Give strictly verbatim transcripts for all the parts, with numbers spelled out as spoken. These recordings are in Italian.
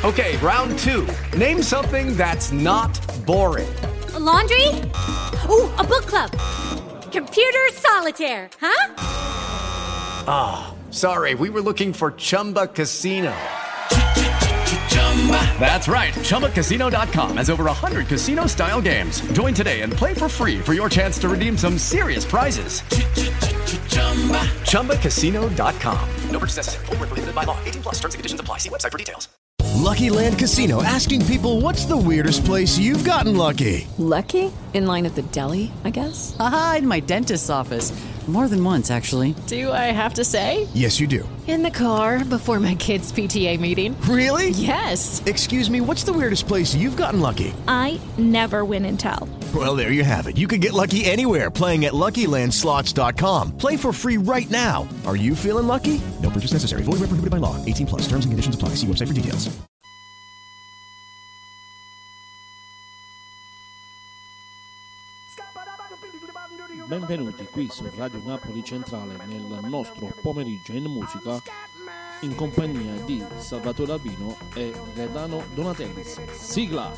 Okay, round two. Name something that's not boring. A laundry? Ooh, a book club. Computer solitaire, huh? Ah, oh, sorry, we were looking for Chumba Casino. That's right, Chumba Casino dot com has over one hundred casino-style games. Join today and play for free for your chance to redeem some serious prizes. Chumba Casino dot com. No purchase necessary. Void where prohibited by law. eighteen plus terms and conditions apply. See website for details. Lucky Land Casino, asking people, what's the weirdest place you've gotten lucky? Lucky? In line at the deli, I guess? Aha, in my dentist's office. More than once, actually. Do I have to say? Yes, you do. In the car before my kids' P T A meeting. Really? Yes. Excuse me, what's the weirdest place you've gotten lucky? I never win and tell. Well, there you have it. You can get lucky anywhere, playing at Lucky Land Slots dot com. Play for free right now. Are you feeling lucky? No purchase necessary. Void where prohibited by law. eighteen plus. Terms and conditions apply. See website for details. Benvenuti qui su Radio Napoli Centrale nel nostro pomeriggio in musica in compagnia di Salvatore Albino e Gaetano Donatellis. Sigla!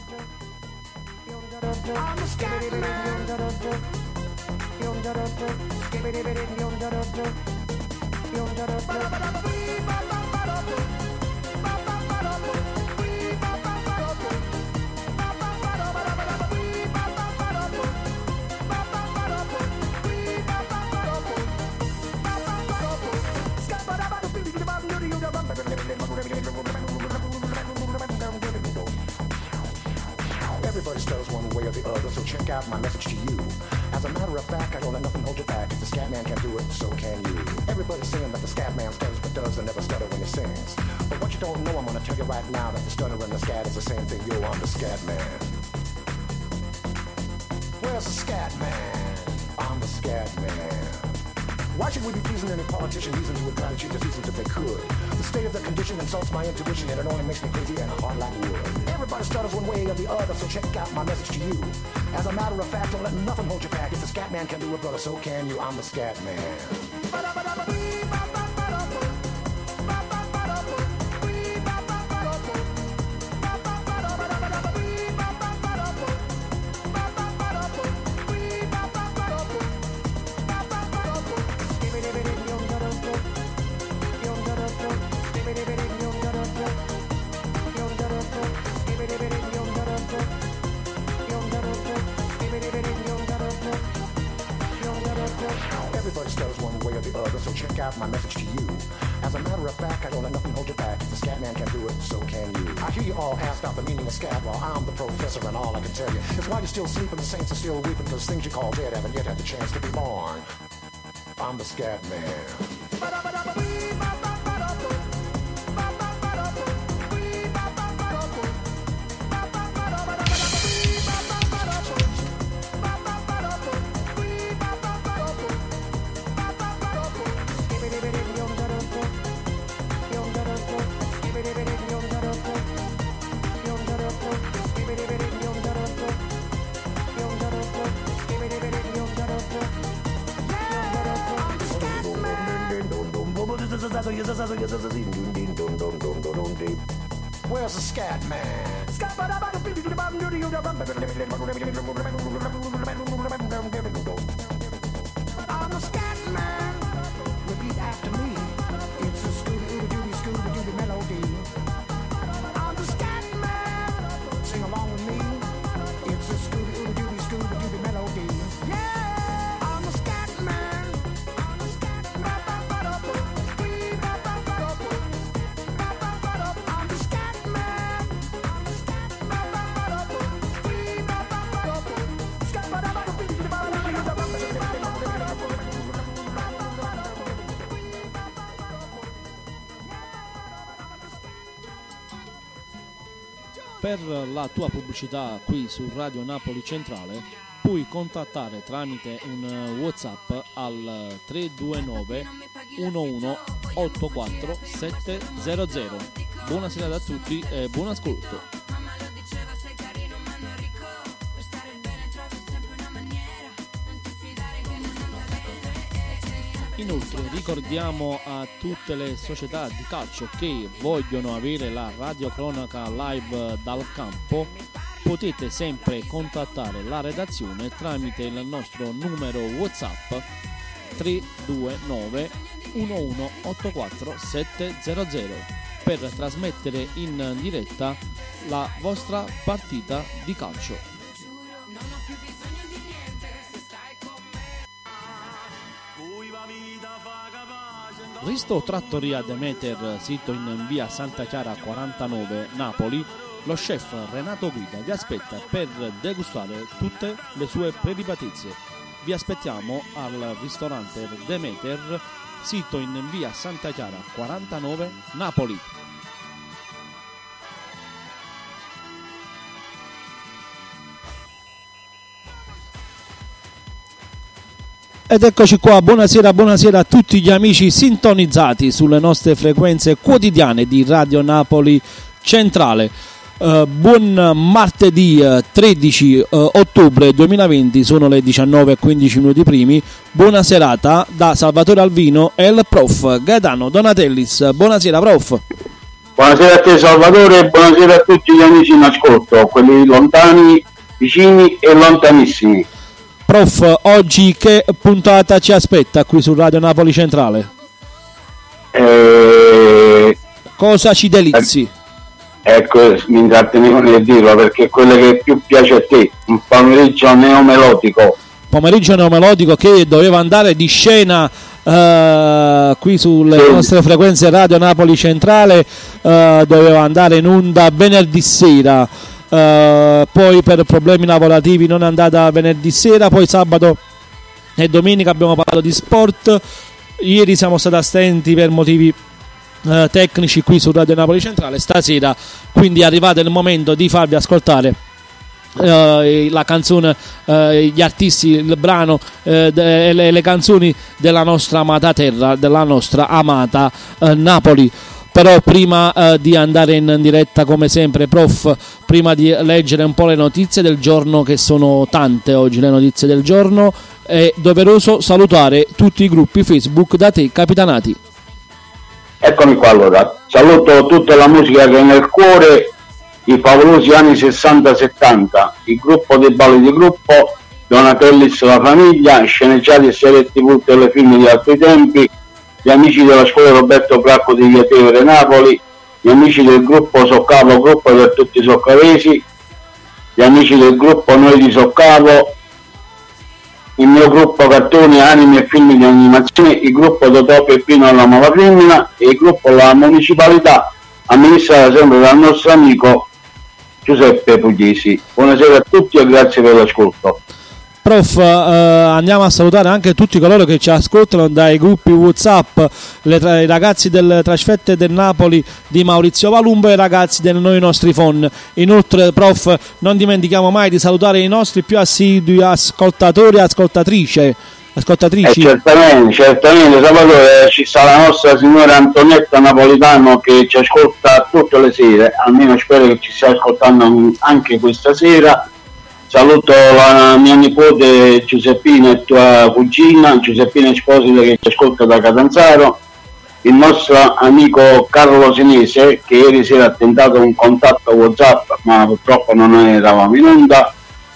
Everybody stutters one way or the other, so check out my message to you. As a matter of fact, I don't let nothing hold you back. If the scat man can do it, so can you. Everybody's saying that the scat man stutters but does and never stutter when he sings. But what you don't know, I'm gonna tell you right now that the stutter and the scat is the same thing. Yo, I'm the scat man. Where's the scat man? I'm the scat man. Why should we be pleasing any politician? Reasons who would try to change the seasons if they could. The state of the condition insults my intuition, and it only makes me crazy and hard like wood. Everybody stutters one way or the other, so check out my message to you. As a matter of fact, don't let nothing hold you back. If the scat man can do it, brother, so can you. I'm the scat man. Everybody stutters one way or the other, so check out my message to you. As a matter of fact, I don't let nothing hold you back. If the scat man can do it, so can you. I hear you all asked out the meaning of scat. Well, I'm the professor, and all I can tell you is why you're still sleeping, the saints are still weeping, because things you call dead haven't yet had the chance to be born. I'm the scat man. Where's the scat man? I'm the scat man. Repeat after me. It's a Scooby-Dooby, Scooby-Dooby melody. I'm the scat man. Sing along with me. It's a Scooby-Dooby, Scooby-Dooby melody. Yeah, I'm the scat man. I'm the scat man. I'm the scat man. Per la tua pubblicità qui su Radio Napoli Centrale puoi contattare tramite un WhatsApp al tre due nove uno uno otto quattro sette zero zero. Buonasera a tutti e buon ascolto. Inoltre ricordiamo a tutte le società di calcio che vogliono avere la radiocronaca live dal campo, potete sempre contattare la redazione tramite il nostro numero WhatsApp tre due nove uno uno otto quattro sette zero zero per trasmettere in diretta la vostra partita di calcio. Risto Trattoria Demeter, sito in via Santa Chiara quarantanove, Napoli, lo chef Renato Guida vi aspetta per degustare tutte le sue prelibatezze. Vi aspettiamo al ristorante Demeter, sito in via Santa Chiara quarantanove, Napoli. Ed eccoci qua, buonasera, buonasera a tutti gli amici sintonizzati sulle nostre frequenze quotidiane di Radio Napoli Centrale. Uh, buon martedì uh, tredici uh, ottobre duemilaventi, sono le diciannove e quindici minuti primi. Buona serata da Salvatore Alvino e il prof Gaetano Donatellis. Buonasera prof. Buonasera a te Salvatore e buonasera a tutti gli amici in ascolto, quelli lontani, vicini e lontanissimi. Prof, oggi che puntata ci aspetta qui su Radio Napoli Centrale? Eh... Cosa ci delizi? Eh, ecco, mi intrattenevo nel dirlo perché è quello che più piace a te, un pomeriggio neomelodico. Pomeriggio neomelodico che doveva andare di scena uh, qui sulle sì. nostre frequenze Radio Napoli Centrale, uh, doveva andare in onda venerdì sera. Uh, poi per problemi lavorativi non è andata venerdì sera, poi sabato e domenica abbiamo parlato di sport, ieri siamo stati assenti per motivi uh, tecnici qui su Radio Napoli Centrale. Stasera quindi è arrivato il momento di farvi ascoltare uh, la canzone, uh, gli artisti, il brano uh, de- le, le canzoni della nostra amata terra, della nostra amata uh, Napoli. Però prima eh, di andare in diretta come sempre, prof, prima di leggere un po' le notizie del giorno, che sono tante oggi le notizie del giorno, è doveroso salutare tutti i gruppi Facebook da te capitanati. Eccomi qua allora, saluto tutta la musica che è nel cuore, i favolosi anni sessanta settanta, il gruppo dei balli di gruppo, Donatellis la famiglia, sceneggiati e serie tv, telefilm di altri tempi, gli amici della scuola Roberto Placco di Via Tevere Napoli, gli amici del gruppo Soccavo, gruppo per tutti i soccavesi, gli amici del gruppo Noi di Soccavo, il mio gruppo Cartoni, Anime e Film di Animazione, il gruppo Totò Peppino alla Mala Femmina e il gruppo La Municipalità, amministrata sempre dal nostro amico Giuseppe Pugliesi. Buonasera a tutti e grazie per l'ascolto. Prof, eh, andiamo a salutare anche tutti coloro che ci ascoltano dai gruppi WhatsApp, le tra- i ragazzi del Trasfette del Napoli di Maurizio Palumbo e i ragazzi del Noi Nostri Phon. Inoltre, prof, non dimentichiamo mai di salutare i nostri più assidui ascoltatori e ascoltatrici. ascoltatrici. Eh, certamente, certamente, Salvatore, ci sta la nostra signora Antonietta Napolitano che ci ascolta tutte le sere, almeno spero che ci stia ascoltando anche questa sera. Saluto la mia nipote Giuseppina e tua cugina, Giuseppina Esposito che ci ascolta da Catanzaro, il nostro amico Carlo Senese che ieri sera ha tentato un contatto WhatsApp ma purtroppo non eravamo in onda,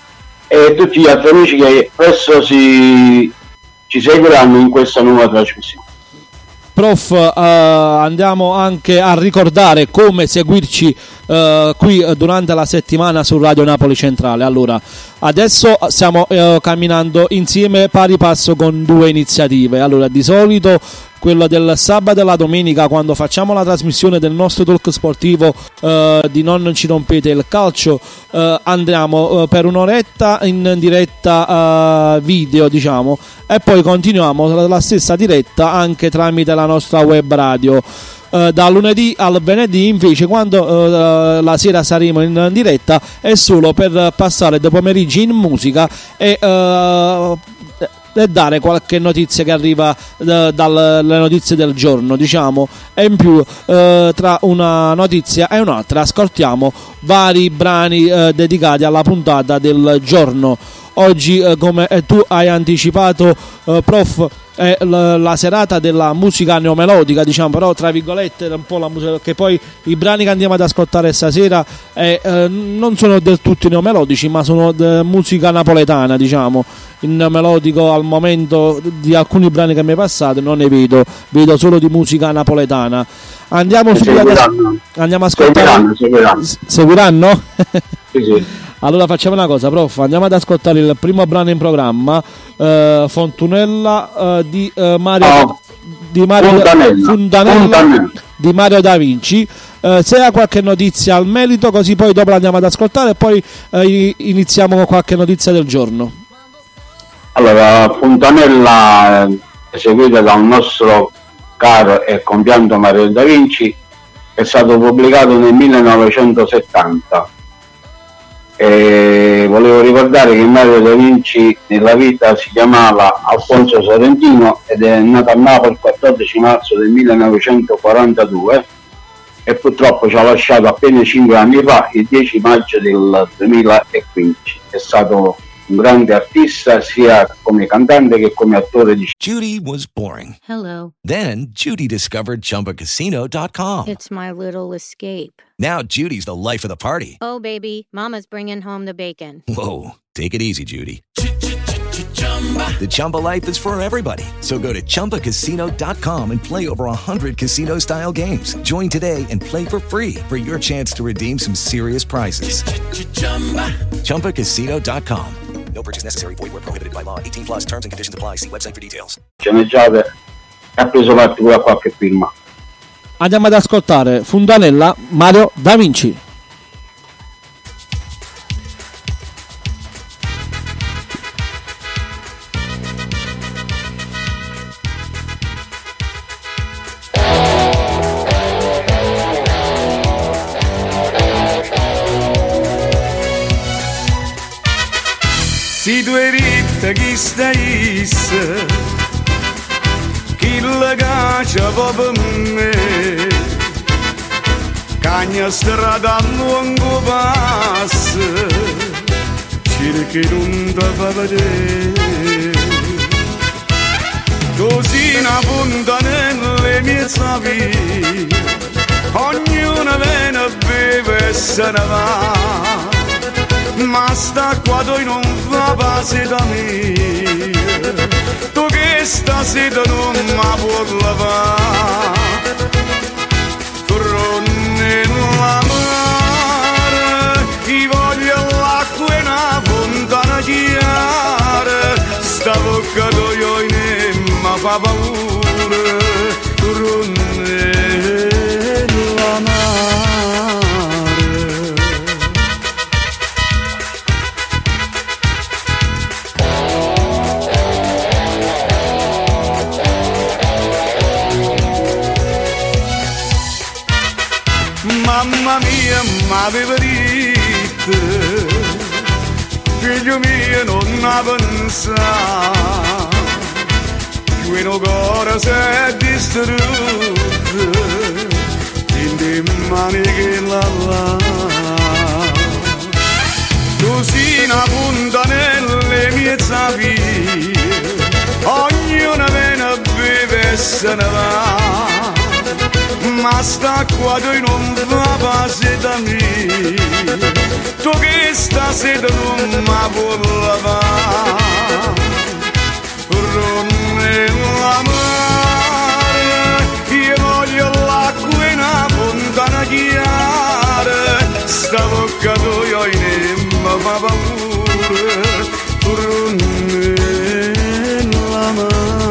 e tutti gli altri amici che presto si, ci seguiranno in questa nuova trasmissione. Prof, uh, andiamo anche a ricordare come seguirci uh, qui durante la settimana su Radio Napoli Centrale. Allora, adesso stiamo uh, camminando insieme pari passo con due iniziative. Allora, di solito quella del sabato e la domenica, quando facciamo la trasmissione del nostro talk sportivo uh, di Non ci rompete il calcio, uh, andiamo uh, per un'oretta in diretta uh, video, diciamo, e poi continuiamo la stessa diretta anche tramite la nostra web radio. Uh, da lunedì al venerdì invece, quando uh, la sera saremo in diretta, è solo per passare dei pomeriggi in musica e uh, e dare qualche notizia che arriva uh, dalle notizie del giorno, diciamo, e in più uh, tra una notizia e un'altra ascoltiamo vari brani uh, dedicati alla puntata del giorno. Oggi, uh, come tu hai anticipato, uh, prof, è la, la serata della musica neomelodica, diciamo, però tra virgolette un po' la musica, che poi i brani che andiamo ad ascoltare stasera eh, eh, non sono del tutto neomelodici, ma sono de musica napoletana, diciamo. Il neomelodico al momento di alcuni brani che mi passate non ne vedo, vedo solo di musica napoletana. Andiamo subito a, andiamo a ascoltare. Seguiranno, seguiranno. Seguiranno? Sì, sì. Allora facciamo una cosa, prof, andiamo ad ascoltare il primo brano in programma, eh, Fontunella eh, di, eh, Mario, oh. di Mario Fontanella. Fontanella, Fontanella di Mario Da Vinci. Eh, se ha qualche notizia al merito, così poi dopo l'andiamo ad ascoltare e poi eh, iniziamo con qualche notizia del giorno. Allora, Fontanella, eh, eseguita da un nostro caro e compianto Mario Da Vinci, è stato pubblicato nel millenovecentosettanta. E volevo ricordare che Mario Da Vinci nella vita si chiamava Alfonso Sorrentino ed è nato a Napoli il quattordici marzo del millenovecentoquarantadue e purtroppo ci ha lasciato appena cinque anni fa, il dieci maggio del duemilaquindici. È stato un grande artista sia come cantante che come attore di Judy was boring. Hello. Then Judy discovered Chumba Casino dot com. It's my little escape. Now Judy's the life of the party. Oh, baby, mama's bringing home the bacon. Whoa, take it easy, Judy. The Chumba life is for everybody. So go to Chumba Casino dot com and play over one hundred casino-style games. Join today and play for free for your chance to redeem some serious prizes. Chumba Casino dot com. No purchase necessary. Void where prohibited by law. eighteen plus terms and conditions apply. See website for details. sceneggiate e ha preso parte pure a qualche film. Andiamo ad ascoltare Fontanella, Mario Da Vinci. Si due ritte chi staisse, chi la caccia proprio me, cagna strada a lungo passo, cerchi non ti fa vedere. Così una punta nelle mie sapi, ognuno viene a bere e se ne va. Ma sta qua tu non fa pace da me, tu che sta seta non mi puoi lavare. Torne la mare, chi voglia l'acqua e una fontana chiara, sta bocca d'olio in mi fa paura. Torne la mare. Mamma mia, m'aveva detto, figlio mio non ha pensato, che il cuore si è distrutto, in le mani che la là. Così una punta nelle mie sapi, ognuno viene a bere e se ne va. Ma sta qua tu non fa pace da me, tu che sta seta non mi puoi lavare. Ronne la mare, io voglio l'acqua e una fontana chiara, sta bocca tu io in mi fa paura. Ronne la mare.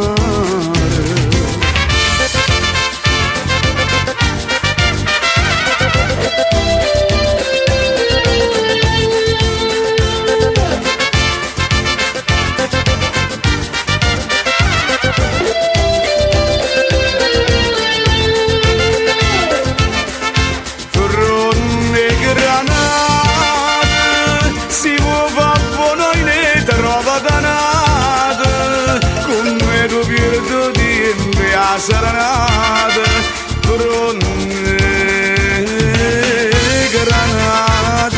Serenade, pronne granate.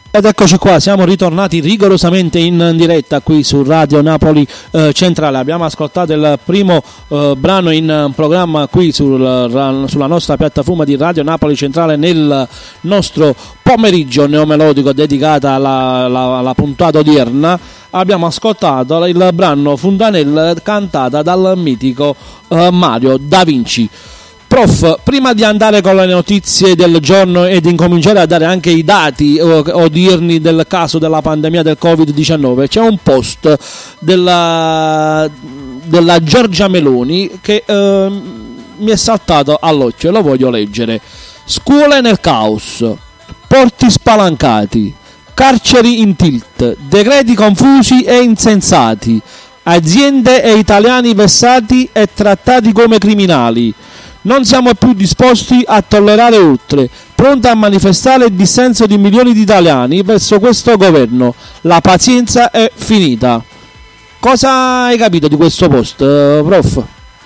Ed eccoci qua, siamo ritornati rigorosamente in diretta qui su Radio Napoli eh, Centrale. Abbiamo ascoltato il primo eh, brano in programma qui sul, sulla nostra piattaforma di Radio Napoli Centrale nel nostro pomeriggio neomelodico dedicata alla, alla, alla puntata odierna. Abbiamo ascoltato il brano Fontanelle cantata dal mitico eh, Mario Da Vinci. Prof, prima di andare con le notizie del giorno ed incominciare a dare anche i dati odierni del caso della pandemia del covid diciannove, c'è un post della, della Giorgia Meloni che eh, mi è saltato all'occhio e lo voglio leggere. Scuole nel caos, porti spalancati, carceri in tilt, decreti confusi e insensati, aziende e italiani vessati e trattati come criminali. Non siamo più disposti a tollerare oltre, pronti a manifestare il dissenso di milioni di italiani verso questo governo. La pazienza è finita. Cosa hai capito di questo post, eh, prof?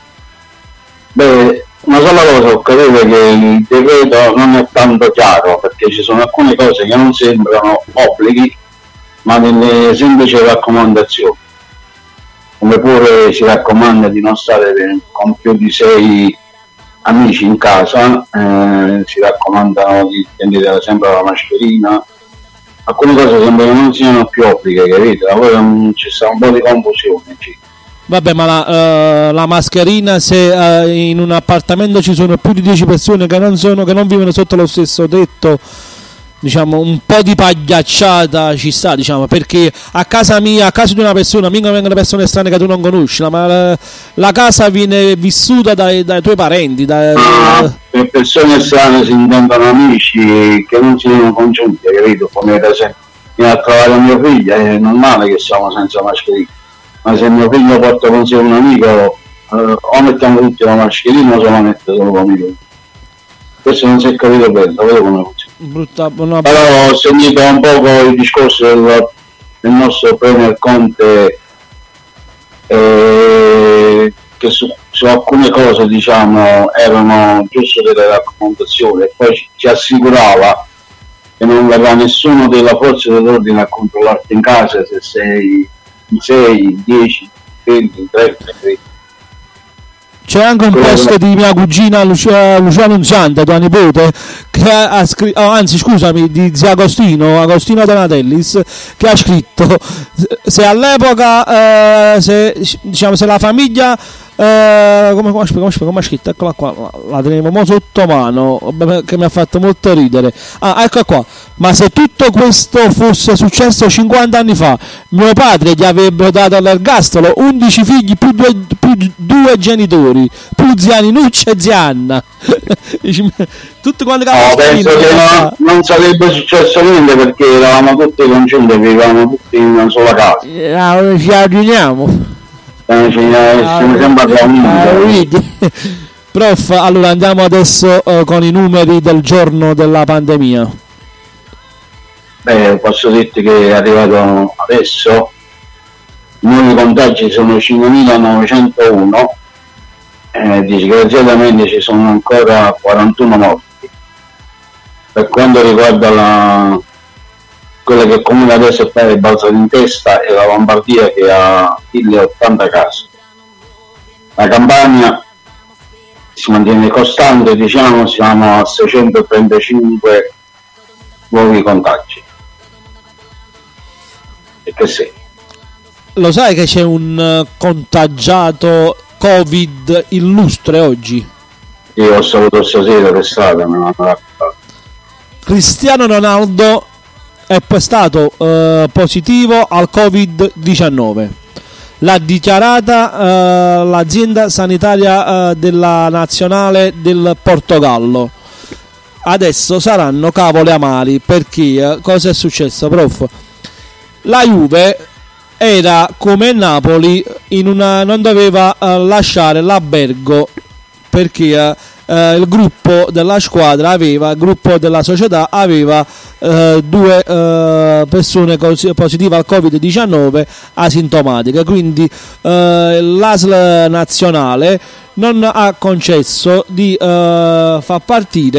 Beh, una sola cosa ho capito, che il decreto non è tanto chiaro, perché ci sono alcune cose che non sembrano obblighi, ma delle semplici raccomandazioni. Come pure si raccomanda di non stare con più di sei amici in casa, eh, si raccomandano di tenere sempre la mascherina. Alcune cose sembrano non siano più obblighe, capite? Poi c'è sta un po' di confusione. Sì. Vabbè, ma la, uh, la mascherina, se uh, in un appartamento ci sono più di dieci persone che non sono, che non vivono sotto lo stesso tetto, diciamo un po' di pagliacciata ci sta, diciamo, perché a casa mia, a casa di una persona, mica vengono persone strane che tu non conosci, ma la, la casa viene vissuta dai, dai tuoi parenti. Dai, ah, per persone strane si intendono amici che non siano congiunti, capito? Come ad esempio viene a trovare mio figlio, è normale che siamo senza mascherina, ma se mio figlio porta con sé un amico, eh, o mettiamo tutti la mascherina o se la mette solo l'amico. Questo non si è capito bene, sapete come funziona. Brutta, no, però ho sentito un po' il discorso del, del nostro Premier Conte, eh, che su, su alcune cose, diciamo, erano giusto delle raccomandazioni, e poi ci, ci assicurava che non verrà nessuno della forza dell'ordine a controllarti in casa se sei in sei, dieci, venti, trenta. C'è anche un post di mia cugina Lucia, Lucia Nunziante, tua nipote, che ha, ha scritto, oh, anzi scusami, di zia Agostino, Agostino Donatellis, che ha scritto: se all'epoca, eh, se, diciamo, se la famiglia, eh, come, come, come, come ha scritto, eccola qua, la tenevo mo sotto mano, che mi ha fatto molto ridere. Ah, ecco qua. Ma se tutto questo fosse successo cinquanta anni fa, mio padre gli avrebbe dato all'ergastolo undici figli più due, più due genitori, più zia Ninuccia e zia Anna. Tutto quanto no, penso che no, non sarebbe successo niente, perché eravamo tutti congiunti, vivevamo tutti in una sola casa. Eh, ci riuniamo. Eh, ci siamo sempre riuniti. Prof, allora andiamo adesso uh, con i numeri del giorno della pandemia. Beh, posso dirti che è arrivato adesso, i nuovi contagi sono cinquemilanovecentouno, eh, disgraziatamente ci sono ancora quarantuno morti. Per quanto riguarda la, quella che il comune adesso è balzato in testa è la Lombardia, che ha mille ottanta casi. La Campania si mantiene costante, diciamo, siamo a seicentotrentacinque nuovi contagi. E che sì. Lo sai che c'è un uh, contagiato Covid illustre oggi? Io ho saputo stasera per strada, me l'hanno raccontato. Cristiano Ronaldo è stato uh, positivo al covid diciannove. L'ha dichiarata uh, l'azienda sanitaria uh, della nazionale del Portogallo. Adesso saranno cavole amari, perché uh, cosa è successo, prof? La Juve era come Napoli, in una, non doveva uh, lasciare l'albergo perché uh, uh, il gruppo della squadra aveva, il gruppo della società aveva uh, due uh, persone cos- positive al covid diciannove asintomatiche, quindi uh, l'A S L nazionale non ha concesso di uh, far partire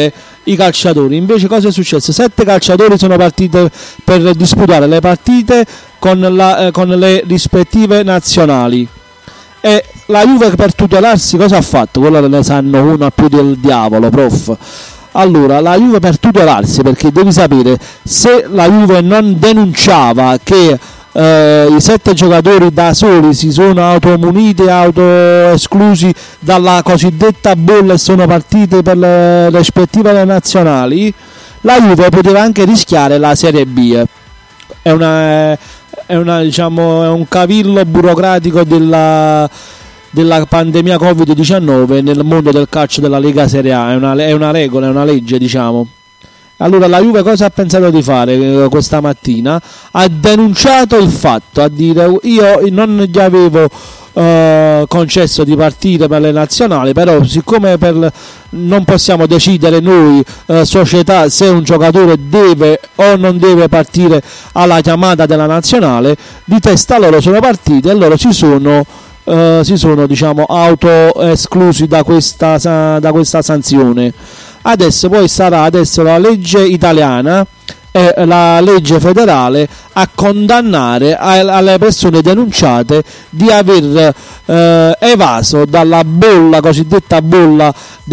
i calciatori. Invece cosa è successo? Sette calciatori sono partiti per disputare le partite con, la, eh, con le rispettive nazionali. E la Juve, per tutelarsi, cosa ha fatto? Quello ne sanno uno più del diavolo, prof. Allora, la Juve, per tutelarsi, perché devi sapere, se la Juve non denunciava che eh, i sette giocatori da soli si sono automuniti, autoesclusi dalla cosiddetta bolla e sono partiti per le rispettive nazionali, la Juve poteva anche rischiare la Serie B. È una, è una diciamo, è un cavillo burocratico della della pandemia covid diciannove nel mondo del calcio della Lega Serie A. È una, è una regola, è una legge, diciamo. Allora la Juve cosa ha pensato di fare eh, questa mattina? Ha denunciato il fatto, a dire: io non gli avevo eh, concesso di partire per le nazionali, però siccome per, non possiamo decidere noi eh, società se un giocatore deve o non deve partire alla chiamata della nazionale, di testa loro sono partiti e loro si sono Uh, si sono diciamo auto esclusi da questa, da questa sanzione. Adesso poi sarà adesso la legge italiana e la legge federale a condannare a, alle persone denunciate di aver uh, evaso dalla bolla, cosiddetta bolla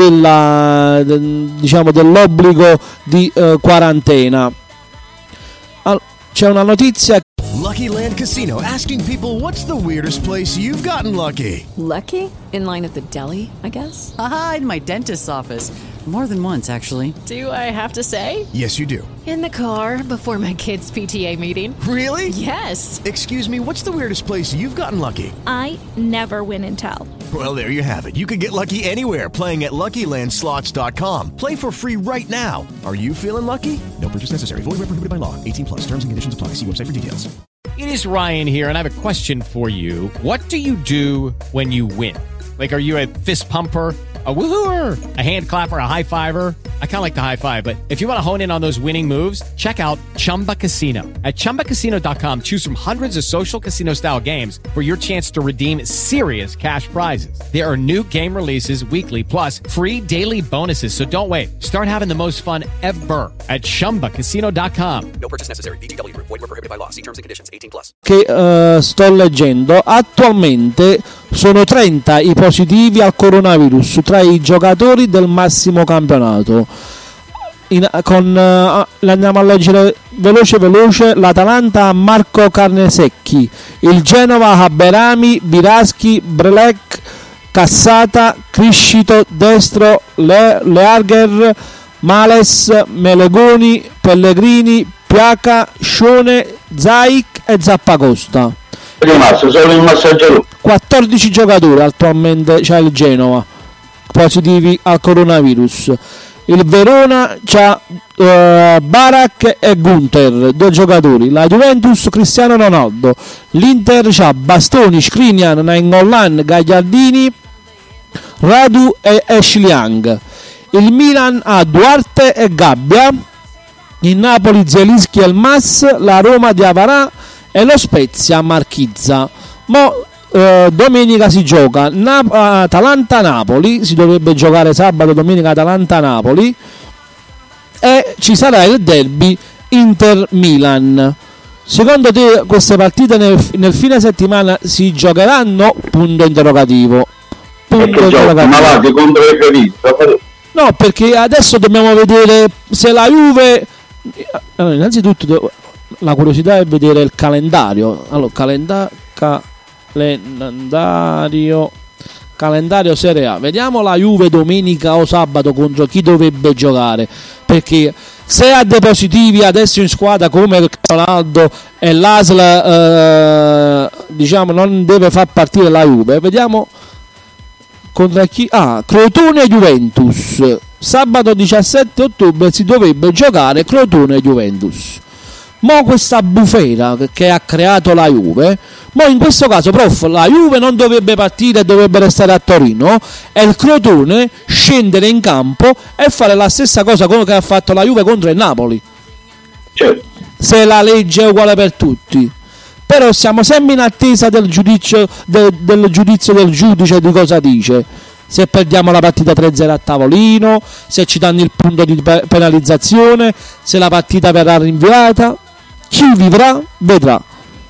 della, de, diciamo dell'obbligo di uh, quarantena. All- c'è una notizia. Lucky Land Casino, asking people, what's the weirdest place you've gotten lucky? Lucky? In line at the deli, I guess? Aha, in my dentist's office. More than once, actually. Do I have to say? Yes, you do. In the car before my kids' P T A meeting. Really? Yes. Excuse me, what's the weirdest place you've gotten lucky? I never win and tell. Well, there you have it. You can get lucky anywhere, playing at Lucky Land Slots dot com. Play for free right now. Are you feeling lucky? No purchase necessary. Void where prohibited by law. eighteen plus. Terms and conditions apply. See website for details. It is Ryan here, and I have a question for you. What do you do when you win? Like, are you a fist pumper, a woohooer, a hand clapper, a high fiver? I kind of like the high five, but if you want to hone in on those winning moves, check out Chumba Casino. At Chumba Casino dot com, choose from hundreds of social casino-style games for your chance to redeem serious cash prizes. There are new game releases weekly, plus free daily bonuses, so don't wait. Start having the most fun ever at Chumba Casino dot com. No purchase necessary. V G W Group. Void where prohibited by law. See terms and conditions. eighteen plus. Che uh, sto leggendo, attualmente sono trenta i positivi al coronavirus tra i giocatori del massimo campionato. In, con, uh, andiamo a leggere veloce veloce. L'Atalanta ha Marco Carnesecchi, il Genova ha Berami, Biraschi, Brelec, Cassata, Criscito, Destro, Le, Learger, Males, Melegoni, Pellegrini, Piaca, Scione, Zaik e Zappacosta. È rimasto solo il massaggio. quattordici giocatori attualmente c'ha il Genova positivi al coronavirus. Il Verona c'ha uh, Barak e Gunther, due giocatori. La Juventus Cristiano Ronaldo. L'Inter c'ha Bastoni, Skriniar, Nainggolan, Gagliardini, Radu e Ashley Young. Il Milan ha Duarte e Gabbia. Il Napoli Zielinski e Elmas. La Roma di Avarà e lo Spezia Marchizza. Mo Uh, domenica si gioca Na- Atalanta-Napoli, si dovrebbe giocare sabato, domenica Atalanta-Napoli, e ci sarà il derby Inter-Milan. Secondo te queste partite nel, nel fine settimana si giocheranno? Punto interrogativo. Punto interrogativo. Ma va, ti contro le ferite. No, perché adesso dobbiamo vedere se la Juve. Allora, innanzitutto la curiosità è vedere il calendario. Allora, calendario calendario calendario Serie A. Vediamo la Juve domenica o sabato contro chi dovrebbe giocare, perché se ha dei positivi adesso in squadra come Ronaldo e l'A S L eh, diciamo non deve far partire la Juve. Vediamo contro chi. Ah, Crotone e Juventus. Sabato diciassette ottobre si dovrebbe giocare Crotone e Juventus. Mo questa bufera che ha creato la Juve, mo in questo caso, prof, la Juve non dovrebbe partire e dovrebbe restare a Torino, e il Crotone scendere in campo e fare la stessa cosa che ha fatto la Juve contro il Napoli. Certo. Se la legge è uguale per tutti. Però siamo sempre in attesa del giudizio, de, del giudizio del giudice di cosa dice. se perdiamo la partita tre a zero a tavolino, se ci danno il punto di penalizzazione, se la partita verrà rinviata. Chi vivrà vedrà.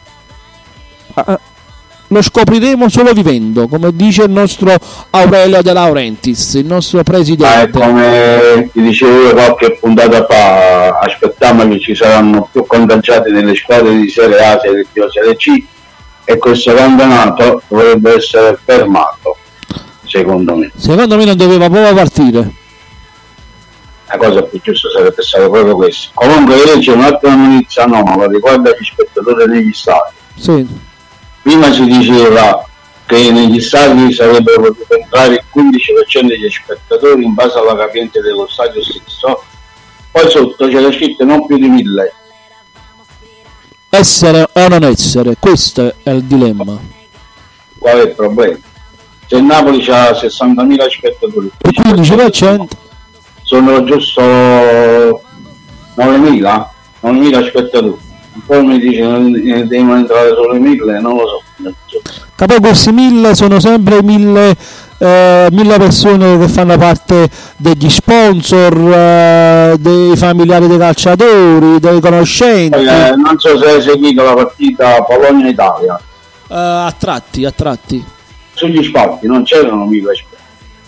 Lo scopriremo solo vivendo, come dice il nostro Aurelio De Laurentiis, il nostro presidente. Ma è come ti dicevo qualche puntata fa, aspettiamo che ci saranno più contagiati nelle squadre di Serie A, Serie B o Serie C, e questo campionato dovrebbe essere fermato, secondo me. Secondo me non doveva proprio partire. La cosa più giusta sarebbe stata proprio questa. Comunque ieri c'è un'altra notizia anomala riguardo agli spettatori negli stadi. Sì. Prima si diceva che negli stadi sarebbe potuto entrare il quindici per cento degli spettatori in base alla capienza dello stadio stesso, poi sotto c'era scritto non più di mille. Essere o non essere, questo è il dilemma. Qual è il problema? Se il Napoli c'ha sessantamila spettatori, il quindici per cento sono giusto novemila spettatori. Poi mi dice che devono entrare solo i mille, non lo so. Poi questi mille sono sempre mille, eh, mille persone che fanno parte degli sponsor, eh, dei familiari dei calciatori, dei conoscenti. Eh, non so se hai seguito la partita Polonia-Italia. Eh, a tratti, a tratti. Sugli spalti non c'erano mille spettatori,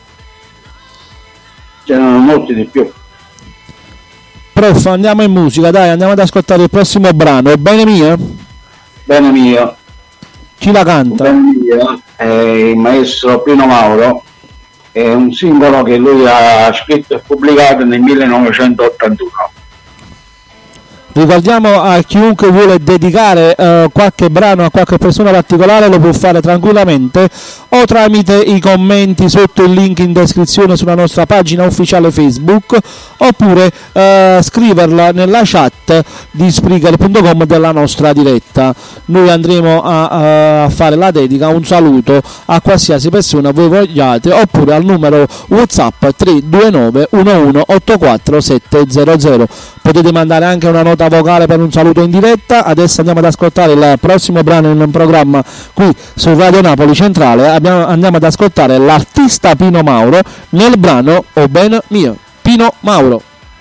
c'erano molti di più. Prof, andiamo in musica, dai, andiamo ad ascoltare il prossimo brano. Bene mia? Bene mia. Chi la canta? Bene mia è il maestro Pino Mauro, è un singolo che lui ha scritto e pubblicato nel millenovecentottantuno. Ricordiamo a chiunque vuole dedicare uh, qualche brano a qualche persona particolare, lo può fare tranquillamente o tramite i commenti sotto il link in descrizione sulla nostra pagina ufficiale Facebook, oppure uh, scriverla nella chat di Spreaker punto com della nostra diretta. Noi andremo a, a fare la dedica, un saluto a qualsiasi persona voi vogliate, oppure al numero WhatsApp tre due nove uno uno otto quattro sette zero zero. Potete mandare anche una nota vocale per un saluto in diretta. Adesso andiamo ad ascoltare il prossimo brano in un programma qui su Radio Napoli Centrale. Abbiamo, andiamo ad ascoltare l'artista Pino Mauro nel brano O Ben Mio. Pino Mauro.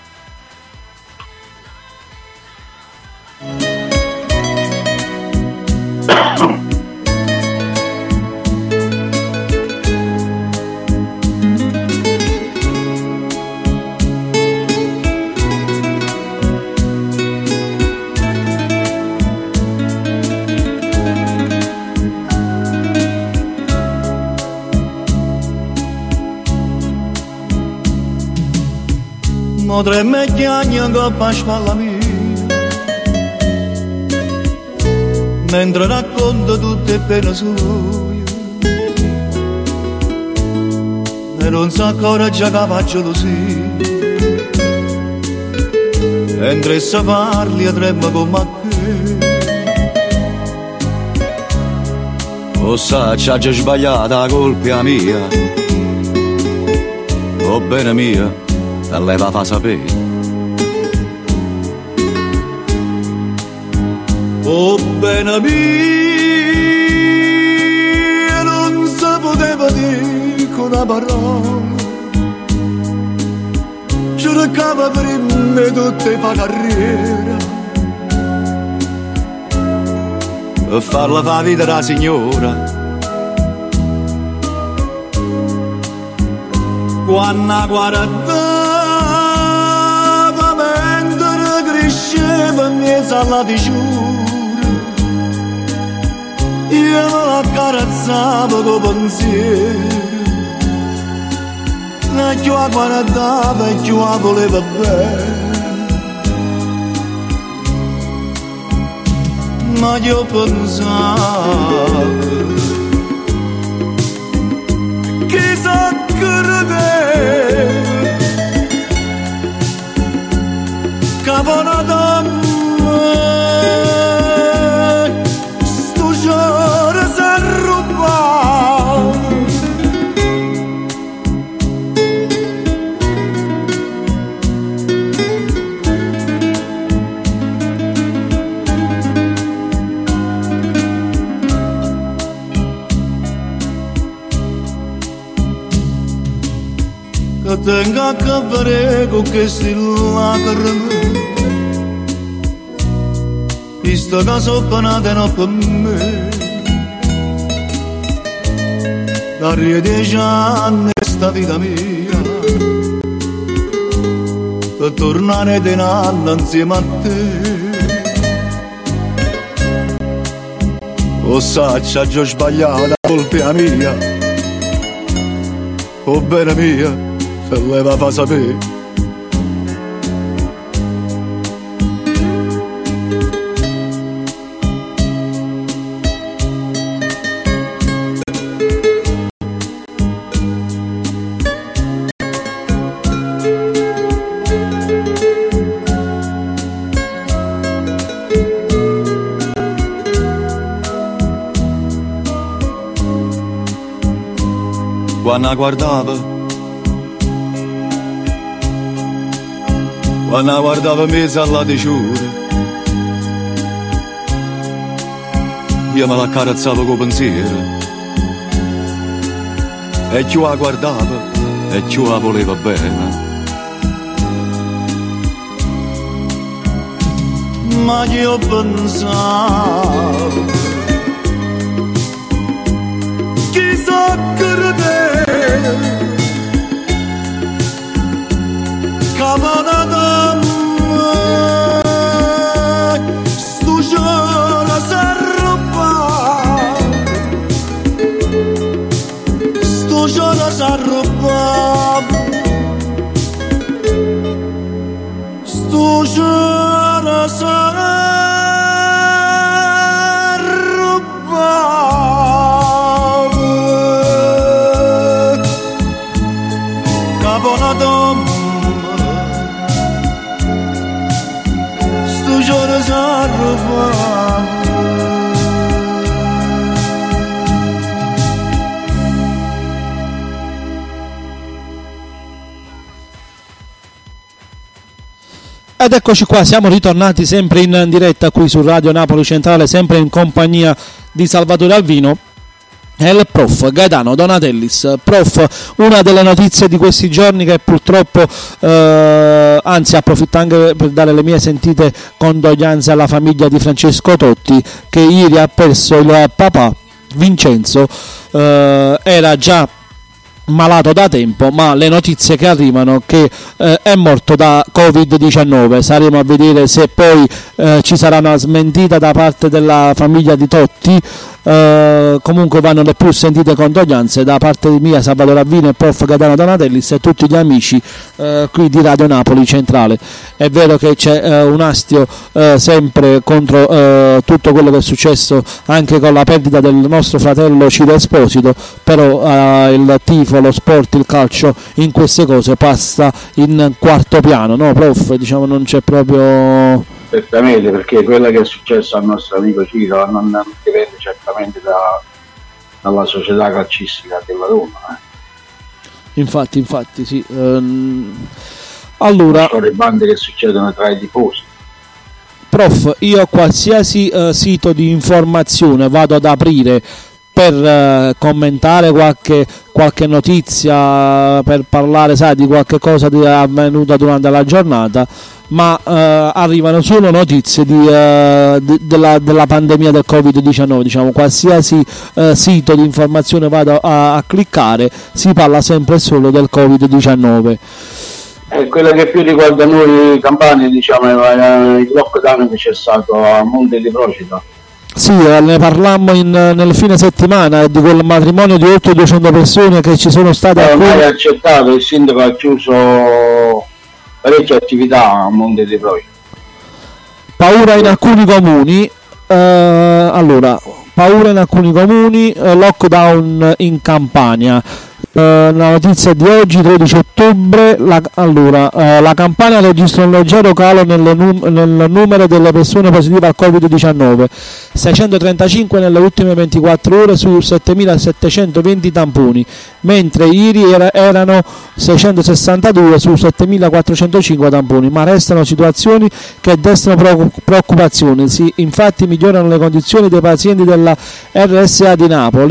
Tre megliagni coppa a spalla mia, mentre racconto tutte pene sue, e non sa ancora già che fa gelosia, mentre se parli e trema come a che. O sa, c'ha già sbagliata la colpa mia, o bene mia, e lei la fa sapere. Oh bene mia, non si poteva dire con una parola, cercava prima tutte fa carriera per farla fa vita la signora. Quando guarda in mezzo alla diciura, io me l'accarezzavo con pensiero, e più la guardava e più la voleva bene, ma io pensavo chissà che Cavona damma, sto giorno s'è rubato. Che tenga a cavare con questi lacrime. Questa una soppa nata non per me. Da dieci anni sta vita mia. Per tornare di un anno insieme a te. O saccia già sbagliata la colpa mia. O bene mia, se leva fa sapere. Quando guardava, quando guardava mezzo alla diciura, io me la carezzavo con pensiero, e più la guardava, e più la voleva bene. Ma io pensavo, chissà credere, Cavana damma, stu giorno s'arruba, stu giorno s'arruba, stu giorno s'arruba, Cavana damma. Ed eccoci qua, siamo ritornati sempre in diretta qui su Radio Napoli Centrale, sempre in compagnia di Salvatore Alvino e il prof Gaetano Donatellis. Prof, una delle notizie di questi giorni che purtroppo, eh, anzi approfitto anche per dare le mie sentite condoglianze alla famiglia di Francesco Totti, che ieri ha perso il papà Vincenzo, eh, era già malato da tempo, ma le notizie che arrivano che eh, è morto da covid diciannove. Saremo a vedere se poi eh, ci sarà una smentita da parte della famiglia di Totti. Uh, comunque vanno le più sentite condoglianze da parte di mia, Salvatore Avvino e prof Gaetano Donatellis e tutti gli amici uh, qui di Radio Napoli Centrale. È vero che c'è uh, un astio uh, sempre contro uh, tutto quello che è successo anche con la perdita del nostro fratello Ciro Esposito, però uh, il tifo, lo sport, il calcio in queste cose passa in quarto piano, no prof? Diciamo non c'è proprio... Certamente, perché quello che è successo al nostro amico Ciro non, non dipende certamente da, dalla società calcistica della Roma. Eh. Infatti, infatti, sì. Ehm, allora, sono le bande che succedono tra i tifosi. Prof, io qualsiasi eh, sito di informazione vado ad aprire per eh, commentare qualche, qualche notizia, per parlare, sai, di qualche cosa di avvenuta durante la giornata, ma eh, arrivano solo notizie di, eh, di, della, della pandemia del covid diciannove. Diciamo, qualsiasi eh, sito di informazione vado a, a cliccare si parla sempre solo del covid diciannove. E quella che più riguarda noi campani, diciamo, è il lockdown che c'è stato a Monte di Procida. Sì, ne parlammo in, nel fine settimana di quel matrimonio di oltre duecento persone che ci sono state. Ormai alcune... è accettato, il sindaco ha chiuso parecchie attività a Monte di Procida. Paura in alcuni comuni, eh, allora, paura in alcuni comuni, eh, lockdown in Campania. Uh, la notizia di oggi, tredici ottobre, la, allora, uh, la Campania registra un leggero calo nel, num- nel numero delle persone positive al covid diciannove, seicentotrentacinque nelle ultime ventiquattro ore su settemilasettecentoventi tamponi, mentre ieri era- erano seicentosessantadue su settemilaquattrocentocinque tamponi, ma restano situazioni che destano preoccupazione. Si, infatti migliorano le condizioni dei pazienti della R S A di Napoli,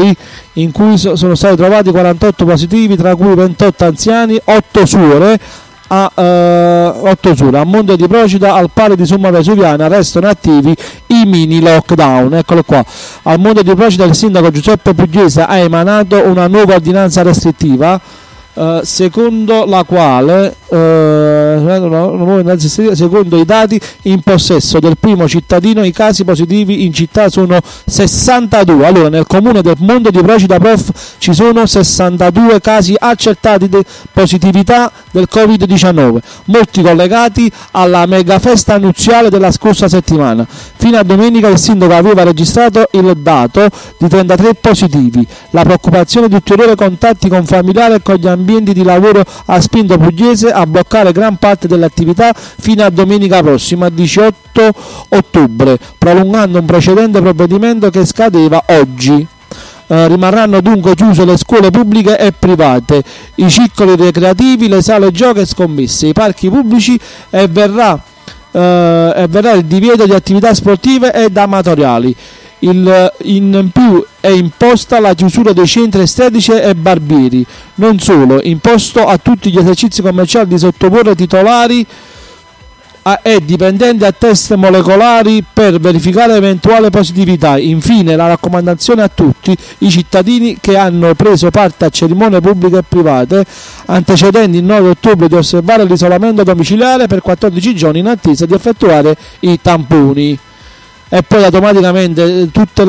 in cui so- sono stati trovati quarantotto positivi, tra cui ventotto anziani, otto suore. A eh, otto suore. A Monte di Procida, al Pale di Somma Vesuviana, restano attivi i mini lockdown. Eccolo qua. Al Monte di Procida il sindaco Giuseppe Pugliese ha emanato una nuova ordinanza restrittiva, eh, secondo la quale eh, secondo i dati in possesso del primo cittadino i casi positivi in città sono sessantadue. Allora, nel comune del Monte di Procida Prof ci sono sessantadue casi accertati di positività del covid diciannove, molti collegati alla mega festa nuziale della scorsa settimana. Fino a domenica il sindaco aveva registrato il dato di trentatré positivi. La preoccupazione di ulteriori contatti con familiari e con gli ambienti di lavoro ha spinto Pugliese a bloccare gran parte delle attività fino a domenica prossima, diciotto ottobre, prolungando un precedente provvedimento che scadeva oggi. Eh, rimarranno dunque chiuse le scuole pubbliche e private, i circoli recreativi, le sale giochi e scommesse, i parchi pubblici e verrà, eh, e verrà il divieto di attività sportive ed amatoriali. Il, in più è imposta la chiusura dei centri estetici e barbieri. Non solo, imposto a tutti gli esercizi commerciali di sottoporre titolari a, e dipendenti a test molecolari per verificare eventuale positività. Infine la raccomandazione a tutti i cittadini che hanno preso parte a cerimonie pubbliche e private antecedenti il nove ottobre di osservare l'isolamento domiciliare per quattordici giorni in attesa di effettuare i tamponi. E poi automaticamente tutti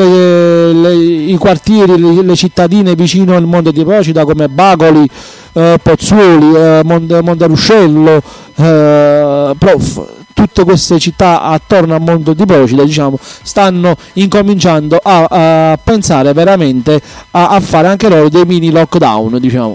i quartieri, le, le cittadine vicino al Monte di Procida come Bacoli, eh, Pozzuoli, eh, Monte, Monteruscello, eh, Prof, tutte queste città attorno al Monte di Procida, diciamo, stanno incominciando a, a pensare veramente a, a fare anche loro dei mini lockdown, diciamo.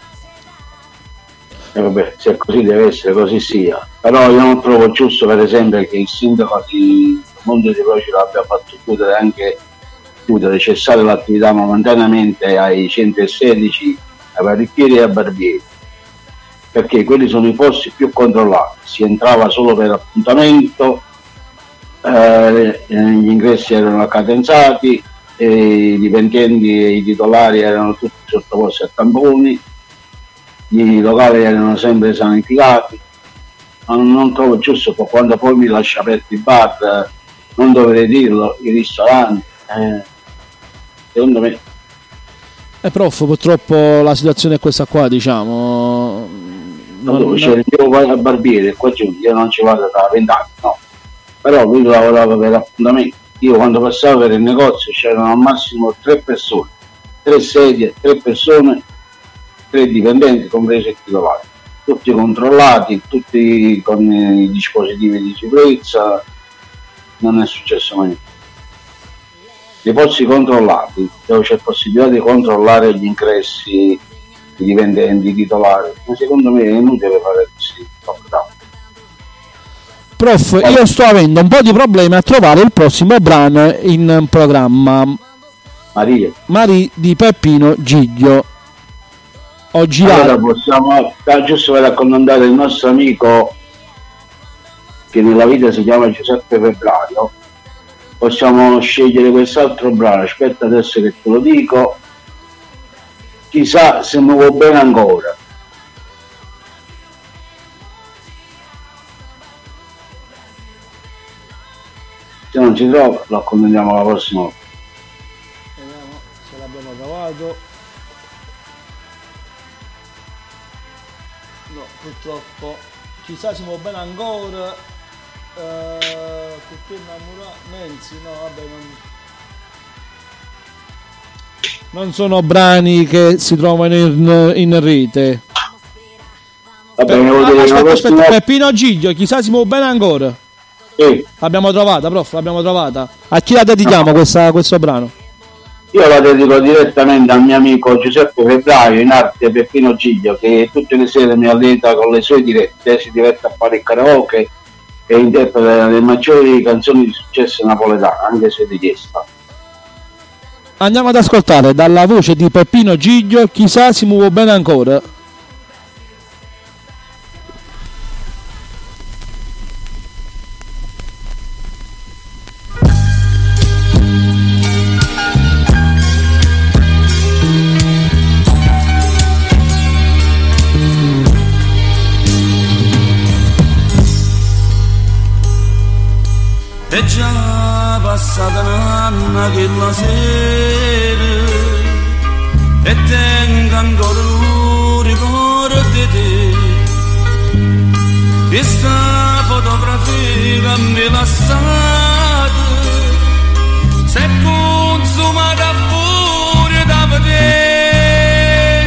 Eh vabbè, se così deve essere, così sia. Però io non trovo giusto, per esempio, che il sindaco di Monte di Procida abbia fatto chiudere anche chiudere, cessare l'attività momentaneamente ai centri estetici, ai parrucchieri e ai barbieri, perché quelli sono i posti più controllati, si entrava solo per appuntamento, eh, gli ingressi erano cadenzati, e i dipendenti e i titolari erano tutti sottoposti a tamponi, i locali erano sempre sanificati. Non, non trovo giusto, quando poi mi lascia aperti i bar, non dovrei dirlo, i ristoranti, eh, secondo me. Eh prof, purtroppo la situazione è questa qua, diciamo. Non, non, c'è il mio al barbiere qua giù, io non ci vado da vent'anni, no. Però lui lavorava per appuntamenti. Io quando passavo per il negozio c'erano al massimo tre persone, tre sedie, tre persone, tre dipendenti, compresi i titolari. Tutti controllati, tutti con i dispositivi di sicurezza, non è successo mai niente. I posti controllati, dove c'è possibilità di controllare gli ingressi, i dipendenti, i titolari, ma secondo me è inutile fare così. Prof, io sto avendo un po' di problemi a trovare il prossimo brano in programma. Maria. Maria di Peppino Giglio. Ho girato. Allora possiamo, giusto per raccontare il nostro amico che nella vita si chiama Giuseppe Febbraio, possiamo scegliere quest'altro brano. Aspetta adesso che te lo dico. Chissà se muovo bene ancora. Se non ci trovo lo accontentiamo la prossima volta. Vediamo se l'abbiamo trovato. No, purtroppo chissà si muove bene ancora. Uh, Nancy, no, vabbè, non... non sono brani che si trovano in, in rete. Vabbè, Pe- ah, aspetta, prossima... aspetta, Peppino Giglio, chissà si muove bene ancora. Sì. L'abbiamo trovata, prof, l'abbiamo trovata. A chi la dedichiamo no. questa, questo brano? Io la dedico direttamente al mio amico Giuseppe Febbraio, in arte Peppino Giglio, che tutte le sere mi alleta con le sue dirette, si diretta a fare il karaoke e interpreta le maggiori canzoni di successo napoletano, anche se richiesta. Andiamo ad ascoltare dalla voce di Peppino Giglio Chissà si muove bene ancora. passata un'anna che la sera e tengo ancora un ricordo di te. Questa fotografia mi lasciata, se consumata pure da vedere,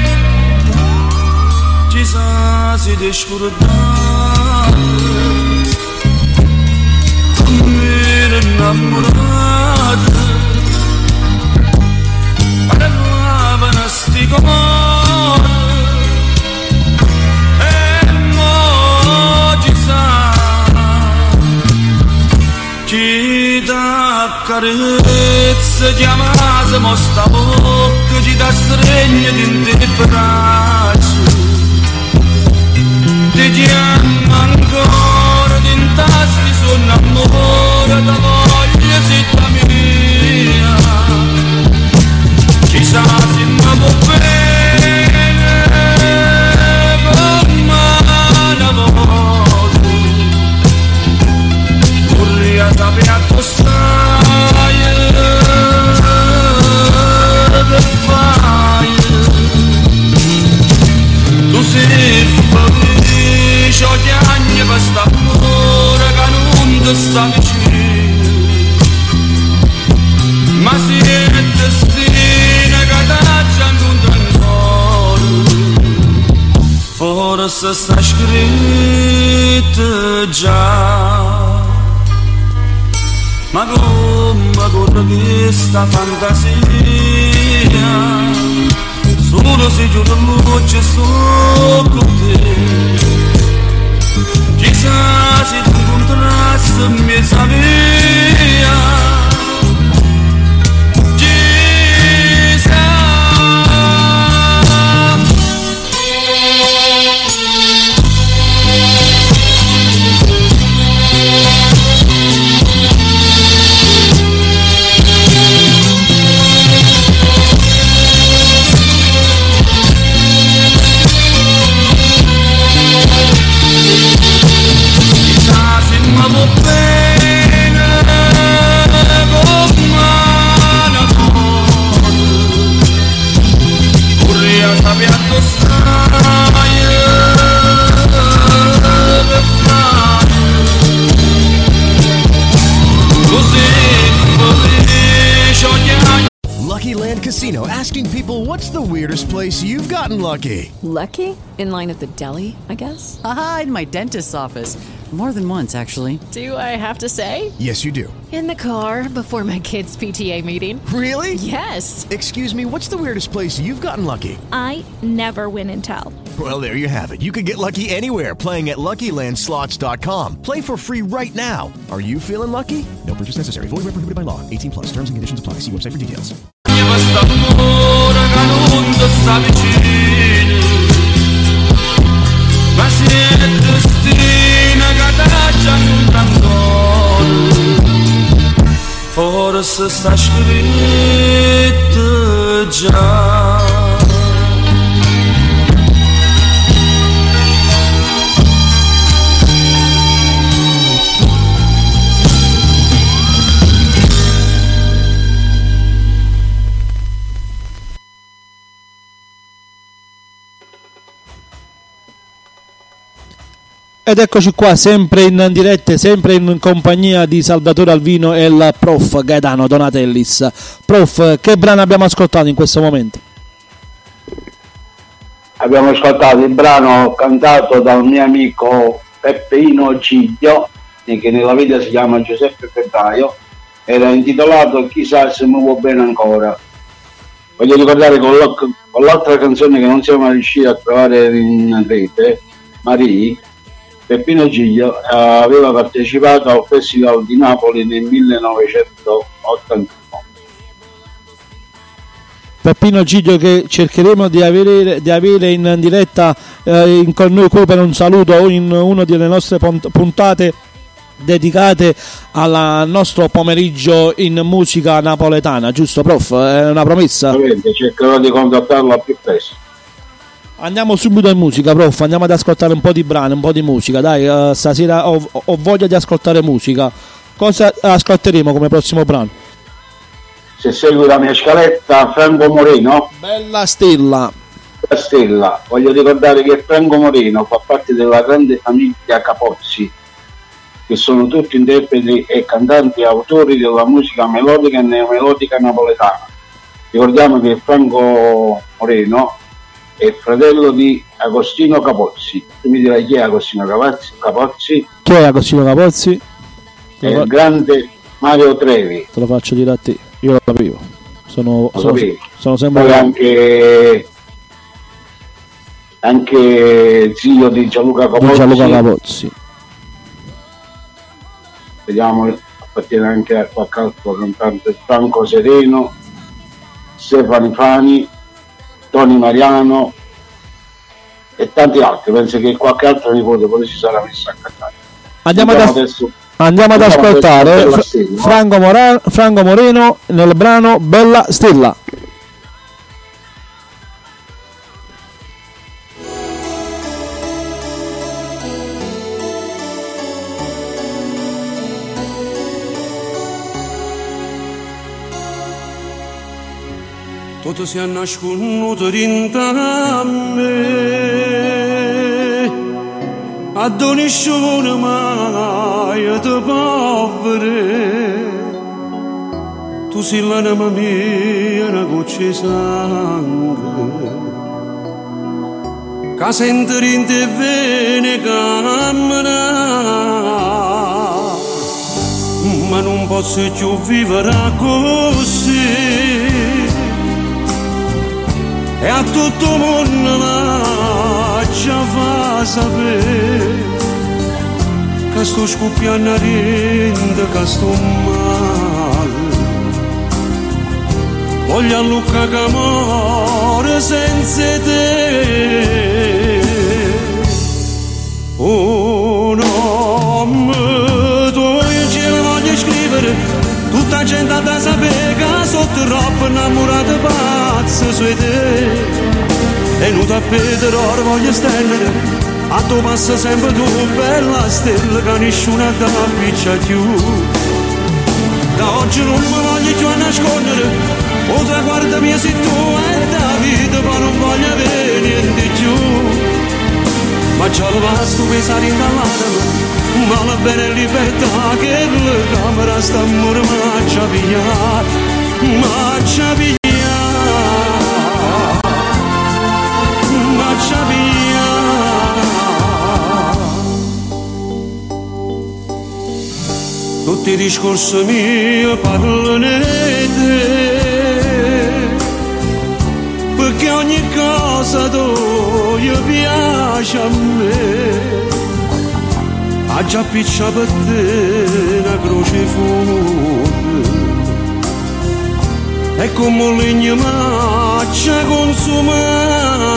ci sa si descordata, mi ero innamorata, parlavano sti cuore, e mo ci sa, ci dà carezza, chiamase mo sta bocca, ci dà stregno di te braccia, ti chiama ancora, ti intasti sono amore, da voglia sitta mia, ci sa se mi può bene, come una volta, vorrei sapere a tu stai, che fai, tu sei felice, ogni anno per sta amore che non ti sta vicino, ma si è destino che ti incontra ancora, forse sta scritto già, ma come corre questa fantasia, solo se giuro luce sto con te, chissà se ti incontrassi mi sapeva, Lucky Land Casino, asking people, what's the weirdest place you've gotten lucky? Lucky? In line at the deli, I guess? Aha, in my dentist's office. More than once, actually. Do I have to say? Yes, you do. In the car before my kids' P T A meeting. Really? Yes. Excuse me, what's the weirdest place you've gotten lucky? I never win and tell. Well, there you have it. You can get lucky anywhere, playing at Lucky Land Slots dot com. Play for free right now. Are you feeling lucky? No purchase necessary. Void where prohibited by law. eighteen plus. Terms and conditions apply. See website for details. Ma si è destina che ti incontra ancora, forse sta scritto già. Ed eccoci qua, sempre in diretta, sempre in compagnia di Salvatore Alvino e il prof Gaetano Donatellis. Prof, che brano abbiamo ascoltato in questo momento? Abbiamo ascoltato il brano cantato dal mio amico Peppino Giglio, che nella vita si chiama Giuseppe Febbraio, era intitolato Chissà se mi vuoi bene ancora. Voglio ricordare con, la, con l'altra canzone che non siamo riusciti a trovare in rete, Marie, Peppino Giglio aveva partecipato al Festival di Napoli nel millenovecentottantuno. Peppino Giglio, che cercheremo di avere, di avere in diretta eh, in, con noi qui per un saluto in una delle nostre puntate dedicate al nostro pomeriggio in musica napoletana, giusto prof? È una promessa? Cercherò di contattarlo al più presto. Andiamo subito in musica, prof, andiamo ad ascoltare un po' di brani, un po' di musica, dai, uh, stasera ho, ho voglia di ascoltare musica. Cosa ascolteremo come prossimo brano? Se segui la mia scaletta, Franco Moreno. Bella stella. Bella stella. Voglio ricordare che Franco Moreno fa parte della grande famiglia Capozzi, che sono tutti interpreti e cantanti e autori della musica melodica e neomelodica napoletana. Ricordiamo che Franco Moreno è fratello di Agostino Capozzi. Tu mi dirai chi è Agostino Capozzi? Chi è Agostino Capozzi? È il grande Mario Trevi. Te lo faccio dire a te, io lo capivo. Sono, lo sono, sono sempre. Poi anche, anche zio di Gianluca Capozzi. Di Gianluca Capozzi. Vediamo, appartiene anche a qualche altro cantante, Franco Sereno, Stefani Fani, Toni Mariano e tanti altri. Penso che qualche altro nipote poi si sarà messo a cantare. Andiamo, andiamo ad, adesso, andiamo ad andiamo ascoltare Stella, Franco, Mora, Franco Moreno nel brano Bella Stella. Tutto si è nasconuto dentro a me, a doniscione mai te povere. Tu sei l'anima mia, una goccia di sangue, che sente in te vene cammina, ma non posso più vivere così. E a tutto il mondo lascia fa sapere che sto scoppiando a rinde, che sto male. Voglio a Lucca che muore senza te. Oh no, me tu ce la voglio scrivere, tutta gente da sapere che sotto troppo innamorata pazza su te. E non da Pedro ora voglio stendere, a tu passa sempre tu bella stella, che nessuno ti appiccia più. Da oggi non mi voglio più a nascondere, o traguardo mio sei tu e da vita, ma non voglio avere niente più. Ma già lo basta pensare in dall'anima, ma la bene libertà che la camera sta amore maccia via, maccia via, maccia via. Tutti i discorsi miei parlano di te, perché ogni cosa tu gli piace a me. Ha già piccia per te una croce fuoco, e come un legno maccia consuma.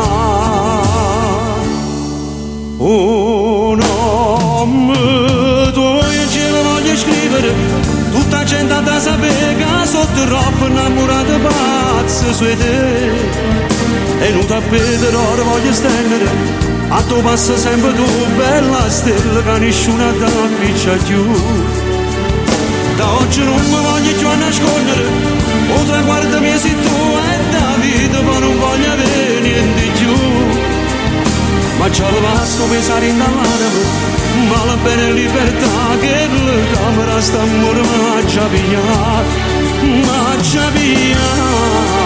Oh no, me tu ce la voglio scrivere, tutta gente da sapere che sotto troppo innamorata pazza su te. E non da Pedro ora voglio stendere, a tu passa sempre tu bella stella, che nessuno ti appiccia più. Da oggi non mi voglio più a nascondere, o traguardo mio sei tu e da vita, ma non voglio avere niente più. Ma già lo basta pensare in dall'anima, ma la bene libertà che la camera sta amore maccia via, maccia via.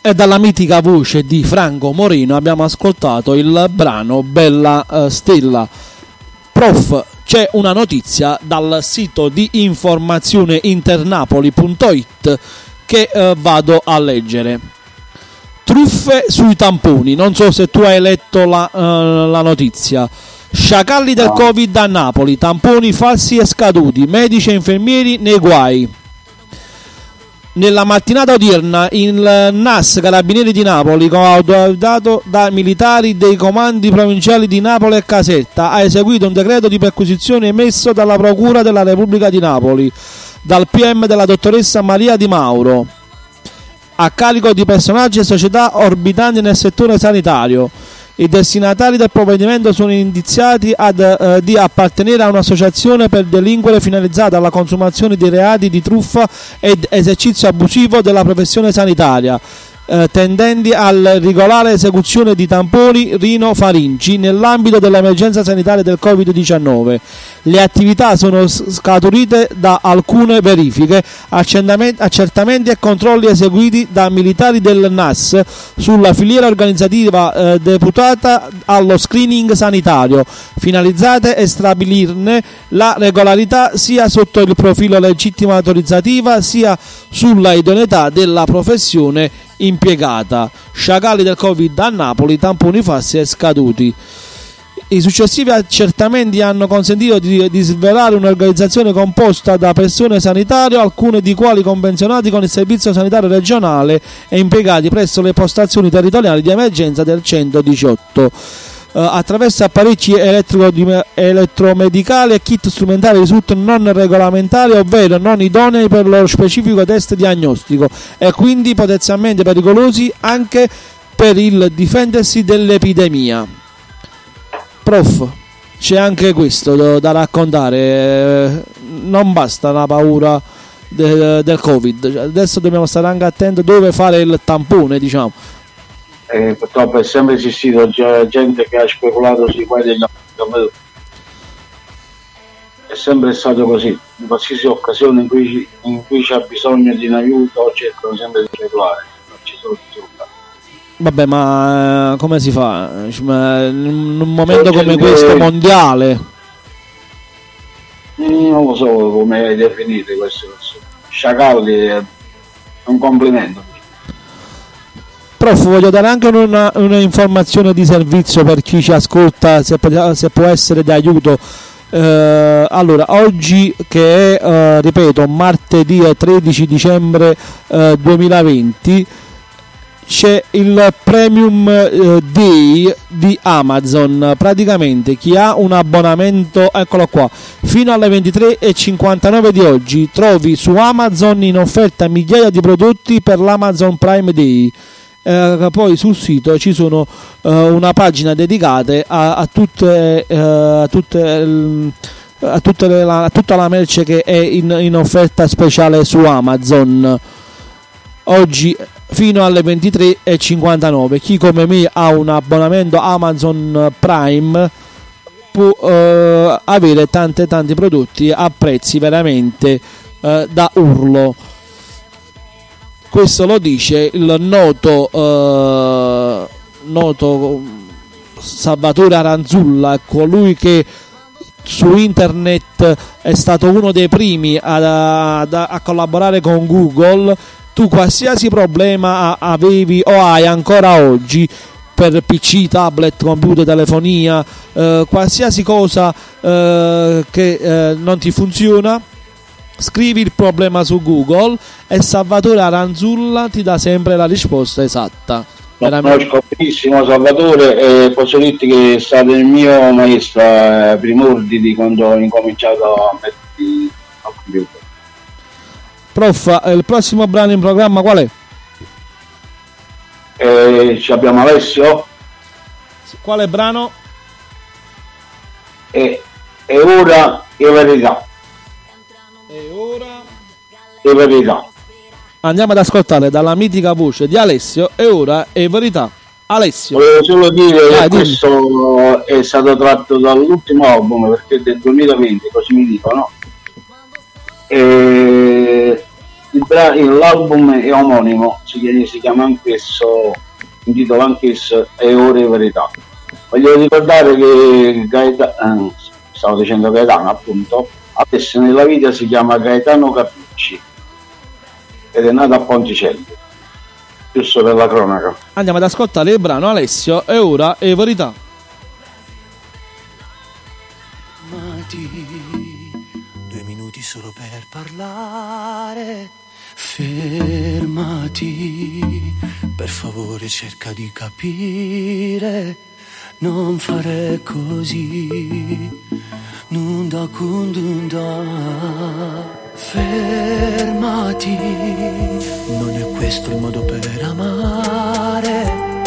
E dalla mitica voce di Franco Moreno abbiamo ascoltato il brano Bella uh, Stella. Prof, c'è una notizia dal sito di informazione internapoli punto it che uh, vado a leggere. Truffe sui tamponi, non so se tu hai letto la, uh, la notizia. Sciacalli del Covid a Napoli, tamponi falsi e scaduti, medici e infermieri nei guai. Nella mattinata odierna il N A S Carabinieri di Napoli, coadiuvato da militari dei comandi provinciali di Napoli e Caserta, ha eseguito un decreto di perquisizione emesso dalla Procura della Repubblica di Napoli, dal P M della dottoressa Maria Di Mauro, a carico di personaggi e società orbitanti nel settore sanitario. I destinatari del provvedimento sono indiziati ad, eh, di appartenere a un'associazione per delinquere finalizzata alla consumazione di reati di truffa ed esercizio abusivo della professione sanitaria, eh, tendenti alla regolare esecuzione di tamponi rinofaringi nell'ambito dell'emergenza sanitaria del covid diciannove. Le attività sono scaturite da alcune verifiche, accertamenti e controlli eseguiti da militari del N A S sulla filiera organizzativa eh, deputata allo screening sanitario, finalizzate a stabilirne la regolarità sia sotto il profilo legittima autorizzativa sia sulla idoneità della professione impiegata. Sciacalli del Covid a Napoli, tamponi falsi e scaduti. I successivi accertamenti hanno consentito di, di svelare un'organizzazione composta da persone sanitarie, alcune di quali convenzionati con il servizio sanitario regionale e impiegati presso le postazioni territoriali di emergenza del centodiciotto. Uh, attraverso apparecchi elettro- elettromedicali e kit strumentali risultano non regolamentari, ovvero non idonei per lo specifico test diagnostico e quindi potenzialmente pericolosi anche per il difendersi dell'epidemia. Prof, c'è anche questo da, da raccontare, non basta la paura de, del Covid, adesso dobbiamo stare anche attenti dove fare il tampone, diciamo. Eh, purtroppo è sempre esistito gente che ha speculato sui guai degli altri, è sempre stato così, in qualsiasi occasione in cui, in cui c'è bisogno di un aiuto cercano sempre di speculare, non ci sono risultati. Vabbè, ma eh, come si fa? In un momento come questo mondiale, non lo so come definite questo. Sciacalli è un complimento. Prof, voglio dare anche una, una informazione di servizio per chi ci ascolta, se, se può essere di aiuto. Eh, allora, oggi che è, eh, ripeto, martedì tredici dicembre eh, duemilaventi, c'è il Premium eh, Day di Amazon. Praticamente chi ha un abbonamento, eccolo qua, fino alle ventitré e cinquantanove di oggi trovi su Amazon in offerta migliaia di prodotti per l'Amazon Prime Day. Eh, poi sul sito ci sono eh, una pagina dedicata a, a tutte, eh, a tutte a, tutte le, la, a tutta la merce che è in, in offerta speciale su Amazon oggi fino alle ventitré e cinquantanove. Chi come me ha un abbonamento Amazon Prime può eh, avere tante tanti prodotti a prezzi veramente eh, da urlo. Questo lo dice il noto eh, noto Salvatore Aranzulla, colui che su internet è stato uno dei primi a, a, a collaborare con Google. Tu qualsiasi problema avevi o hai ancora oggi per P C, tablet, computer, telefonia, eh, qualsiasi cosa eh, che eh, non ti funziona, scrivi il problema su Google e Salvatore Aranzulla ti dà sempre la risposta esatta. Lo conosco benissimo Salvatore e posso dirti che è stato il mio maestro ai primordi quando ho incominciato a mettere al computer. Prof, il prossimo brano in programma qual è? Eh, ci abbiamo Alessio. Quale brano? E, e ora è verità. E ora è verità. Andiamo ad ascoltare dalla mitica voce di Alessio E ora è verità. Alessio. Volevo solo dire ah, che dimmi. Questo è stato tratto dall'ultimo album, perché è del duemilaventi, così mi dicono. E il bra- l'album è omonimo, si chiama, si chiama anch'esso, intitola anch'esso E ore e verità. Voglio ricordare che Gaetano, eh, stavo dicendo Gaetano appunto, adesso nella vita si chiama Gaetano Capucci ed è nato a Ponticelli, giusto per la cronaca. Andiamo ad ascoltare il brano Alessio E ora è verità. Due minuti solo per parlare. Fermati, per favore cerca di capire. Non fare così, non da kundunda. Fermati, non è questo il modo per amare.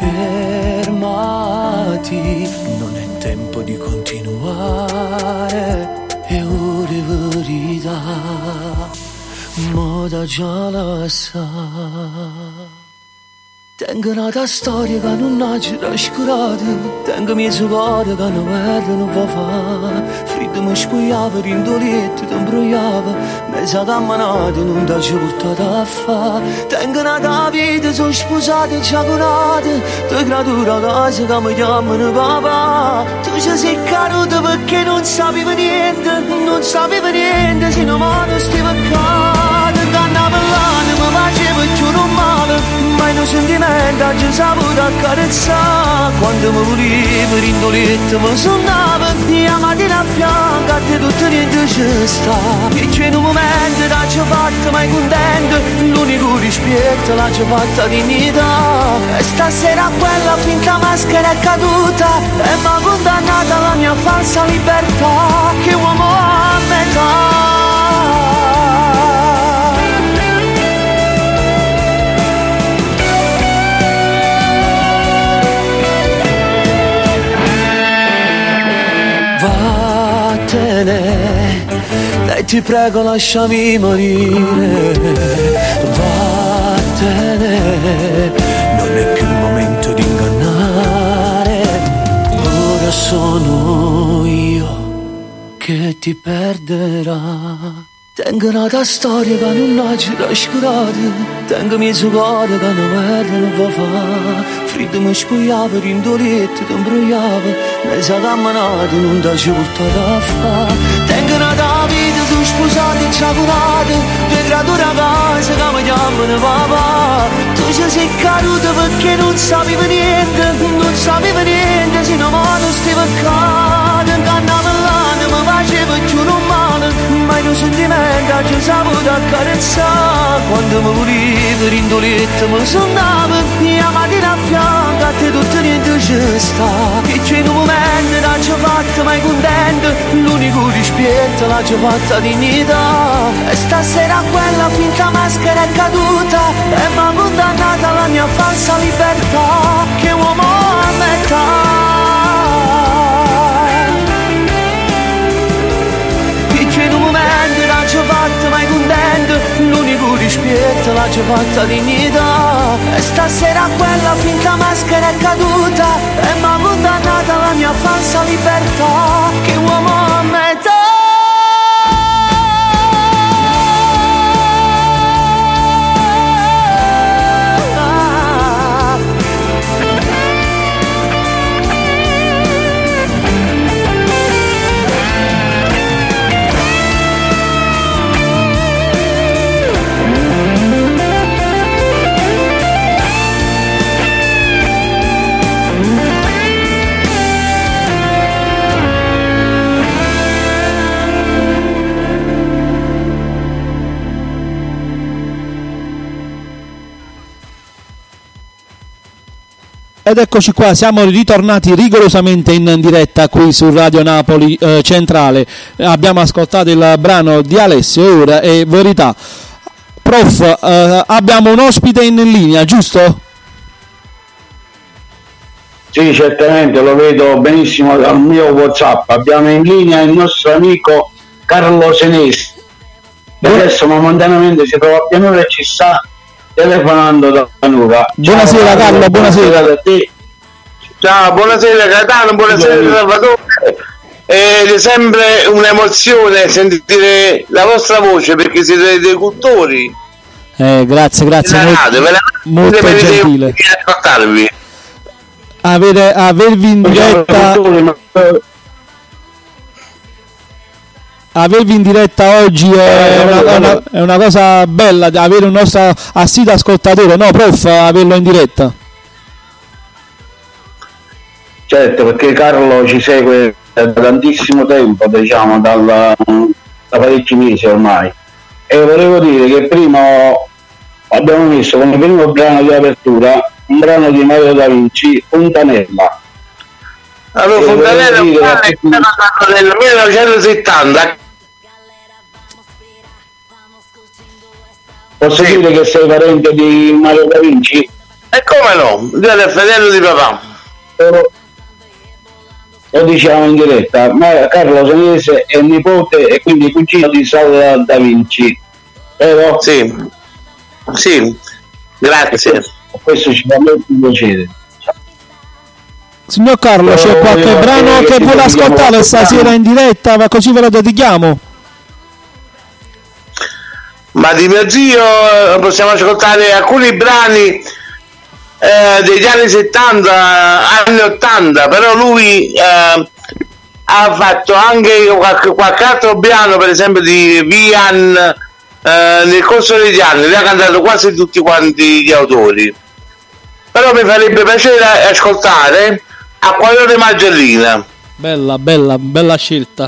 Fermati, non è tempo di continuare. E ora è verità, moda già la sa. Tengo una storia che non ha trascurato. Tengo mezzo cuore che una guerra non va fa. Freddo mi spugliava, rindoletto ti imbrogliava. Mezza camminata non ti ci portata a fa. Tengo una vita, sono sposata e giaconata. Due creature a casa che mi chiamano papà. Tu ci sei caduto perché non sapevi niente. Non sapevi niente, se non mi stai peccando. Andavo là, mi facevo più non male. Mai non sentimento, ci saputo accarezzare. Quando mi volevo, rindoletto mi suonava. La mattina a fianco a te tutto niente ci sta. E c'è un momento che ci ho fatto mai contento. L'unico rispetto l'ha ci fatta dignità. E stasera quella finta maschera è caduta. E mi ha condannata alla mia falsa libertà. Che uomo a metà. Vattene, dai ti prego lasciami morire. Vattene, non è più il momento di ingannare. Ora sono io che ti perderà. Tengo una storia che non ha trascurato. Tengo mezzo cuore che una guerra non va fa. Freddo mi spugliava, rindoletto ti imbrogliava. Mezza camminata non ti ci portata a fa. Tengo una vita, sono sposata e giaconata. Due creature a casa che mi chiamano papà. Tu ci sei caduto perché non sapevi niente. Non sapevi niente, se non mi stai peccando. Andavo là, mi facevo più non male. Mai non sentimento, ci saputo accarezzare. Quando mi volevo, rindoletto mi suonava. La mattina a fianco a te tutto niente ci sta. E c'è un momento che ci ho fatto mai contento. L'unico rispetto l'ha ci fatta dignità. E stasera quella finta maschera è caduta. E mi ha condannata alla mia falsa libertà. Che uomo a metà. L'ha fatto mai contento, l'unico rispetto l'ha fatta dignità. E stasera quella finta maschera è caduta. E mi ha condannata alla mia falsa libertà. Che uomo a metà. Ed eccoci qua, siamo ritornati rigorosamente in diretta qui su Radio Napoli eh, Centrale. Abbiamo ascoltato il brano di Alessio, ora è verità. Prof, eh, abbiamo un ospite in linea, giusto? Sì, certamente, lo vedo benissimo dal mio WhatsApp. Abbiamo in linea il nostro amico Carlo Senesi. E adesso momentaneamente si trova a Pianura e ci sta telefonando da Pianura. Buonasera Ciao, Carlo, buonasera. buonasera a te. Ciao, buonasera Gaetano, buonasera Salvatore. Ed è sempre un'emozione sentire la vostra voce perché siete dei cultori Eh, grazie, grazie, radio, molto, molto gentile. Ascoltarvi. Avere, avervi in diretta avervi in diretta oggi è una, è, una, è una cosa bella, avere un nostro assiduo ascoltatore, no prof, averlo in diretta. Certo, perché Carlo ci segue da tantissimo tempo, diciamo dal, da parecchi mesi ormai, e volevo dire che prima abbiamo messo come primo brano di apertura un brano di Mario Da Vinci, Fontanella. Allora, Fontanella è un brano che è nato nel millenovecentosettanta. Posso sì. dire che sei parente di Mario Da Vinci? E come no? Lui è il fratello di papà. Lo, lo diciamo in diretta, ma Carlo Senese è nipote e quindi cugino di Salvador Da Vinci, vero? Sì, sì, grazie. Questo ci fa molto piacere. Signor Carlo, però c'è qualche brano che, che vuole ascoltare stasera in diretta, ma così ve lo dedichiamo? Ma di mio zio possiamo ascoltare alcuni brani eh, degli anni settanta, anni ottanta, però lui eh, ha fatto anche qualche, qualche altro brano, per esempio di Vian, eh, nel corso degli anni, lui ha cantato quasi tutti quanti gli autori. Però mi farebbe piacere ascoltare Acquarione Margellina. Bella, bella, bella scelta.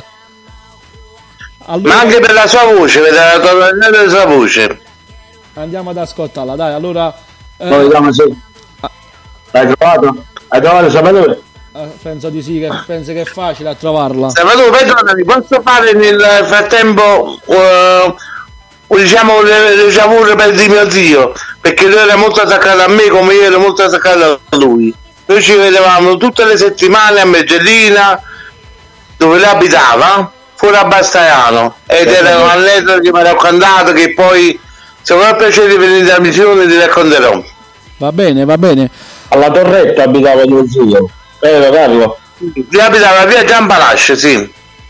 Allora, ma anche per la sua voce, per la tonalità della sua voce. Andiamo ad ascoltarla, dai, allora... Eh... No, vediamo se... L'hai trovato? Hai trovato Salvatore? Eh, penso di sì, che penso che è facile a trovarla. Salvatore, perdonami, posso fare nel frattempo... Uh, diciamo le, le sciavure per di mio zio, perché lui era molto attaccato a me come io ero molto attaccato a lui. Noi ci vedevamo tutte le settimane a Mergellina, dove lui abitava, fuori a Bastaiano, ed era un aneddoto che mi ha raccontato, che poi se avrà piacere di venire a missione ti racconterò. Va bene, va bene. Alla Torretta abitava tuo zio, vero Carlo? Lui abitava via Giampalasce, sì.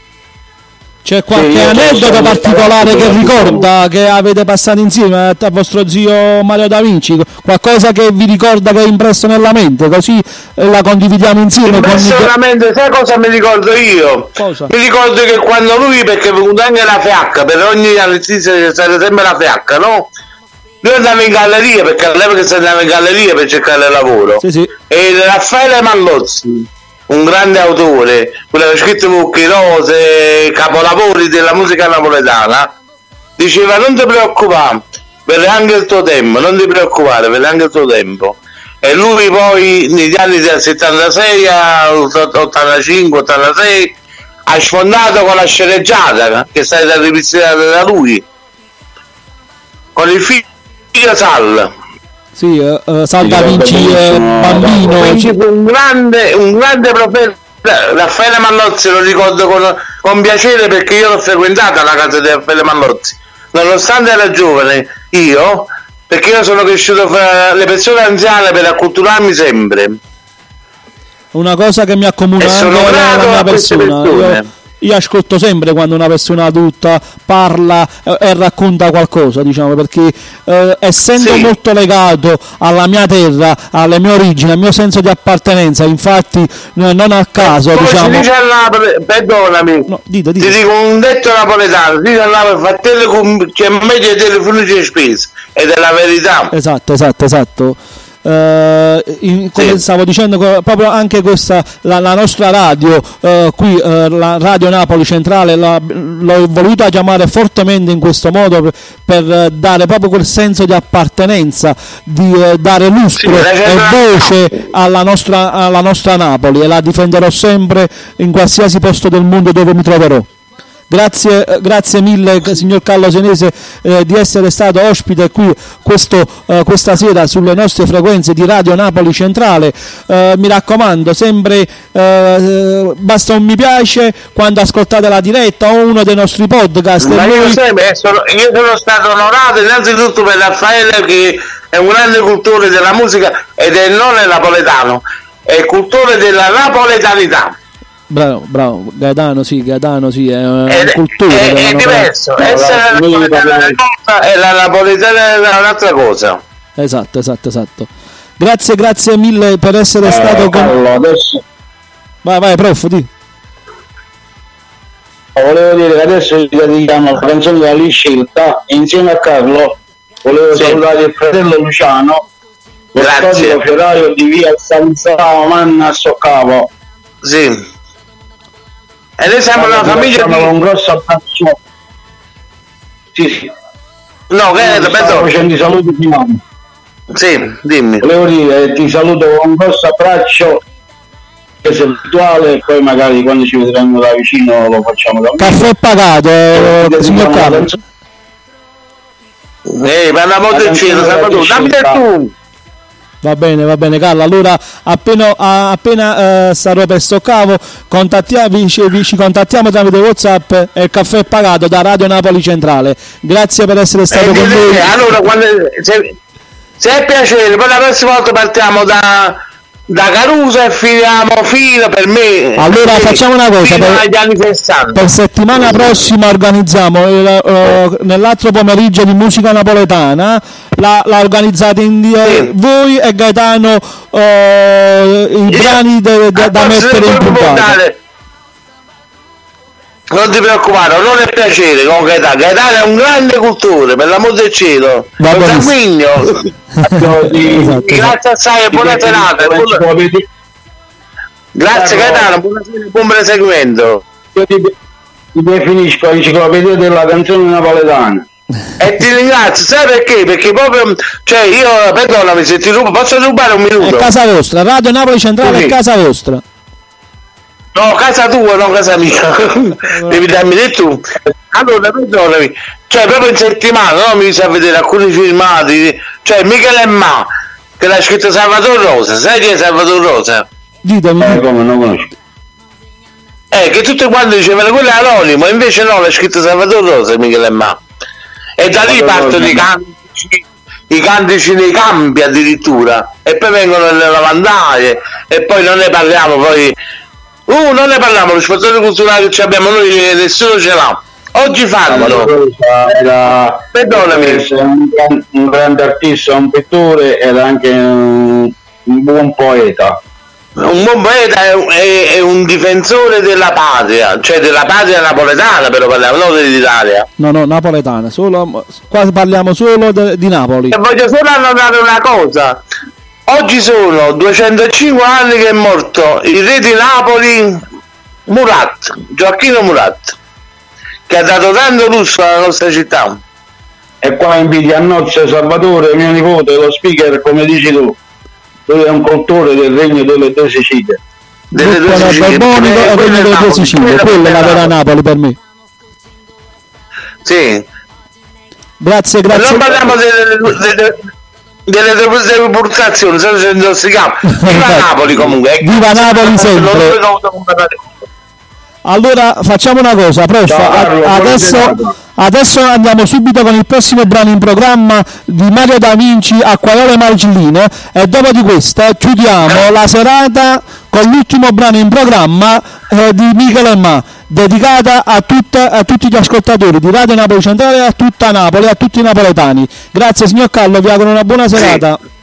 C'è qualche sì, aneddoto particolare che ricorda, che avete passato insieme a, a vostro zio Mario Da Vinci? Qualcosa che vi ricorda, che è impresso nella mente, così eh, la condividiamo insieme? Impresso nella mente, sai cosa mi ricordo io? Cosa? Mi ricordo che quando lui, perché è venuto anche la fiacca, per ogni allestizia c'è stata sempre la fiacca, no? Lui andava in galleria, perché all'epoca si andava in galleria per cercare lavoro. Sì, sì. E Raffaele Mallozzi, un grande autore, quello che ha scritto Mucchi Rose, capolavori della musica napoletana, diceva: non ti preoccupare, verrà anche il tuo tempo, non ti preoccupare, verrà anche il tuo tempo. E lui poi negli anni del settantasei ottantacinque ottantasei ha sfondato con la sceneggiata che è stata rivisitata da lui, con il figlio Sal. Sì, uh, uh, Sal Da Vinci è bambino. Quindi un grande, un grande profeta. Raffaele Mallozzi lo ricordo con, con piacere, perché io l'ho frequentata la casa di Raffaele Mallozzi, nonostante era giovane io, perché io sono cresciuto fra le persone anziane per acculturarmi sempre. Una cosa che mi accomuna anche la mia persona. Io, io ascolto sempre quando una persona adulta parla eh, e racconta qualcosa, diciamo, perché eh, essendo sì. molto legato alla mia terra, alle mie origini, al mio senso di appartenenza, infatti eh, non a caso, come diciamo... si dice a Napoli, perdonami, no, dito, dito. ti dico un detto napoletano, si dice a Napoli, fatele con c'è meglio dei telefoni di spesa, ed è la verità. Esatto, esatto, esatto. Uh, in, come sì. stavo dicendo, proprio anche questa la, la nostra radio uh, qui uh, la Radio Napoli Centrale la, l'ho voluta chiamare fortemente in questo modo per, per uh, dare proprio quel senso di appartenenza, di uh, dare lustro sì, e voce alla nostra, alla nostra Napoli, e la difenderò sempre in qualsiasi posto del mondo dove mi troverò. Grazie, grazie mille signor Carlo Senese eh, di essere stato ospite qui questo, eh, questa sera sulle nostre frequenze di Radio Napoli Centrale. Eh, mi raccomando, sempre eh, basta un mi piace quando ascoltate la diretta o uno dei nostri podcast. Ma io, noi... sempre, sono, io sono stato onorato innanzitutto per Raffaele, che è un grande cultore della musica ed è non è napoletano, è cultore della napoletanità. Bravo, bravo, Gaetano sì, Gaetano sì, è una è, cultura. È, è diverso, essere napoletana è una cosa e la napoletana è un'altra cosa. Esatto, esatto, esatto. Grazie, grazie mille per essere eh, stato con... Carlo, adesso... Vai, vai, prof, di. Volevo dire che adesso ci dedichiamo la canzone della lì scelta e insieme a Carlo volevo sì. salutare il fratello Luciano, lo storico fioraio di via Sanzao Manna a Soccavo. Sì. E noi siamo una famiglia di... un grosso abbraccio. Sì, sì. No, che no, stavo facendo i saluti finali. Sì, dimmi. Volevo dire, ti saluto con un grosso abbraccio virtuale e poi magari quando ci vedremo da vicino lo facciamo da caffè pagato, eh, signor Carlo. Eh, ma la moto del cielo, dammi del tu. Va bene, va bene Carlo, allora appena, appena eh, sarò per Stoccavo contattiamo, vi, vi ci contattiamo tramite WhatsApp e il caffè pagato da Radio Napoli Centrale. Grazie per essere stato eh, con noi. Allora, quando, se, se è piacere, poi la prossima volta partiamo da, da Caruso e finiamo fino per me. Allora fino, facciamo una cosa, per, agli anni sessanta. Per settimana prossima organizziamo il, uh, nell'altro pomeriggio di musica napoletana. La, la organizzate in, sì. voi e Gaetano uh, i sì. brani de, de, da mettere in puntata. Non ti preoccupare, non è piacere con Gaetano. Gaetano è un grande cultore, per l'amor del cielo. Un sanguigno. Esatto. Grazie assai e buona serata. Grazie Gaetano, buonasera, buon proseguimento. Io ti, ti definisco l'enciclopedia della canzone napoletana. E ti ringrazio, sai perché? Perché proprio, cioè io, perdonami se ti rubo, posso rubare un minuto? È casa vostra, Radio Napoli Centrale sì. È casa vostra. No, casa tua, non casa mia. Devi darmi del tu. Allora, perdonami, cioè proprio in settimana, no? Mi dice a vedere alcuni filmati, cioè Michele e Ma, che l'ha scritto Salvatore Rosa, sai chi è Salvatore Rosa? Ditemi. Eh, come non conosco. Eh, che tutti quanti dicevano quello è anonimo, invece no, l'ha scritto Salvatore Rosa, Michele e Ma. E da lì partono i cantici, i cantici nei campi addirittura, e poi vengono le lavandaie, e poi non ne parliamo, poi uh, non ne parliamo, lo spazio culturale che abbiamo noi nessuno ce l'ha. Oggi fanno, era, perdonami, un, un grande artista, un pittore, era anche un, un buon poeta. Un buon poeta è un, è, è un difensore della patria, cioè della patria napoletana, però parliamo, non dell'Italia. No, no, napoletana, solo, qua parliamo solo de, di Napoli. E voglio solo annotare una cosa. Oggi sono duecentocinque anni che è morto il re di Napoli, Murat, Gioacchino Murat, che ha dato tanto lusso alla nostra città. E qua invidia a nozze Salvatore, mio nipote, lo speaker, come dici tu. Lui è un cultore del regno delle due Sicilie. Delle due Sicilie. Borbonico e regno delle due Sicilie, quella è la vera Napoli per me. Sì. Grazie, grazie. Non parliamo delle, delle, delle, delle pulsazioni, se ci intossichiamo. Viva Napoli comunque. Viva Napoli sempre. Allora facciamo una cosa, prof, Ciao, adesso, adesso andiamo subito con il prossimo brano in programma di Mario Da Vinci, Acquaiole Margilline, e dopo di questa chiudiamo la serata con l'ultimo brano in programma eh, di Michele e Ma, dedicata a, tutta, a tutti gli ascoltatori di Radio Napoli Centrale, a tutta Napoli, a tutti i napoletani. Grazie signor Carlo, vi auguro una buona serata. Sì.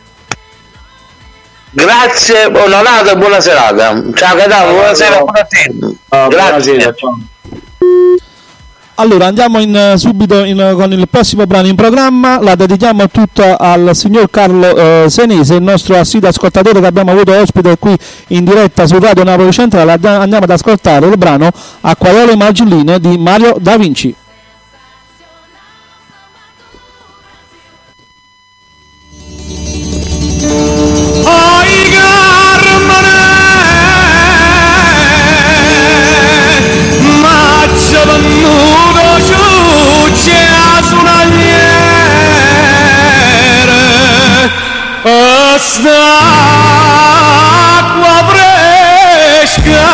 Grazie, onorato, buona serata. Ciao Gaetano, buonasera, buonasera. Ah, grazie. Buonasera, ciao. Allora andiamo in, subito in, con il prossimo brano in programma, la dedichiamo tutta al signor Carlo eh, Senese, il nostro assiduo ascoltatore che abbiamo avuto ospite qui in diretta su Radio Napoli Centrale. Andiamo ad ascoltare il brano Acquaiole Margilline di Mario Da Vinci. Acqua fresca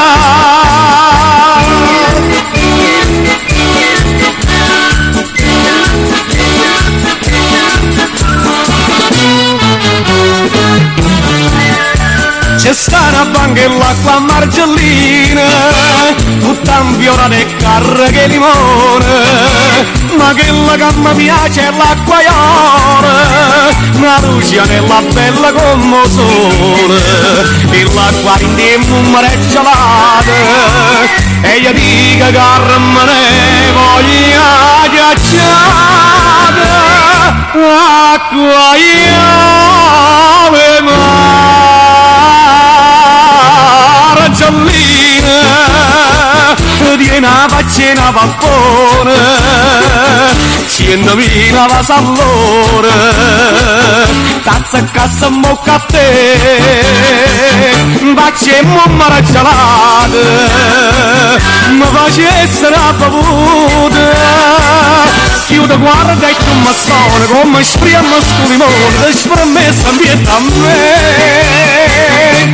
c'è sta una banca e l'acqua a margellina, tutta un fiora de carre che limone, ma che la che mi piace è l'acqua iola, una luce nella bella come sole, e l'acqua in tempo è gelata, e io dico che me ne voglio ghiacciata, acqua iola margellina, di una faccina vapore, centomila va sallore, tazza e cassa in bocca a te, facciamo un mare gelato, mi facesse la bevuta, chiudo guarda e tu mi suona, come spriamo sto limone, spremessa ambiente a me.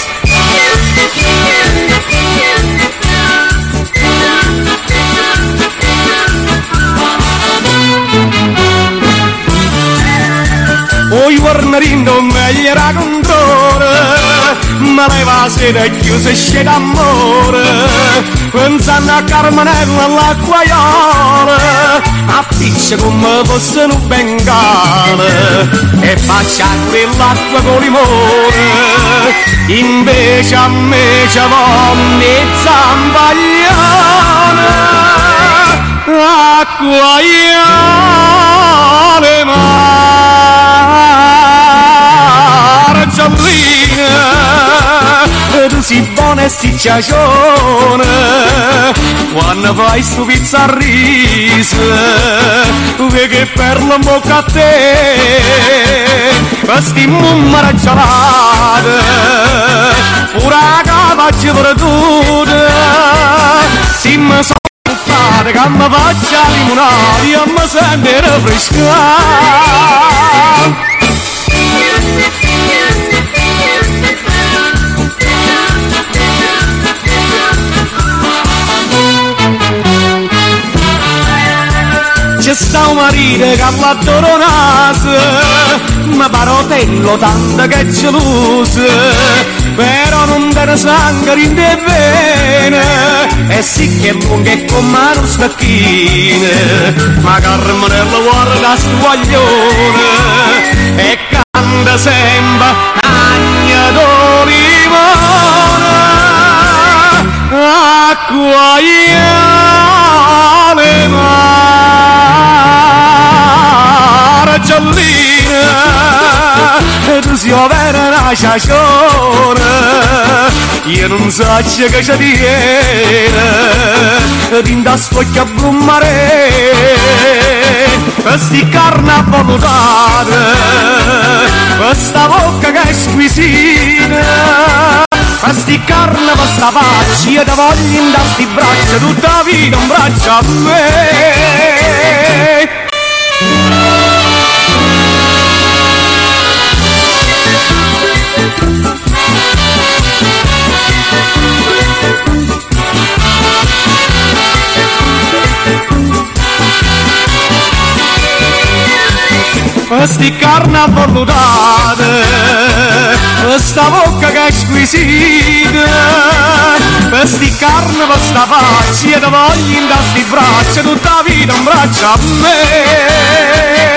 Oi guarnerindo meglio era controllo, ma leva la sera e chiusa esce d'amore, pensando a Carmenella all'acqua iola, appiccia come fosse un bengale, e faccia quell'acqua con limone, invece a me ci va mezza ambagliana, acqua iola margellina, tu sei buona e si ciacione, quando fai sto pizza a riso, che perla in bocca a te, questi mummara gelata, pure la cavaccia perduta, si mi sono buffata che mi faccia limonata e mi sento rinfrescata. C'è sta un marito che ha l'adoro naso, ma parotello tanto che è geloso, però non te ne sangue in te vene, e sì che è lunga e con mano stacchina, ma Carmenella guarda sto guaglione, e canta sempre agna do limone, acqua iola margellina, tu sei vera una ciacione, io non so che c'è tiene, tinta sfocchia blumare, questi carne avvalutate, questa bocca che è squisita, questi carne questa faccia, io ti voglio in sti braccia, tutta la vita un braccio a me. Questi carne avvalutate, questa bocca che è squisita, questi carne questa faccia, io ti voglio in sti braccia, tutta la vita un braccio a me.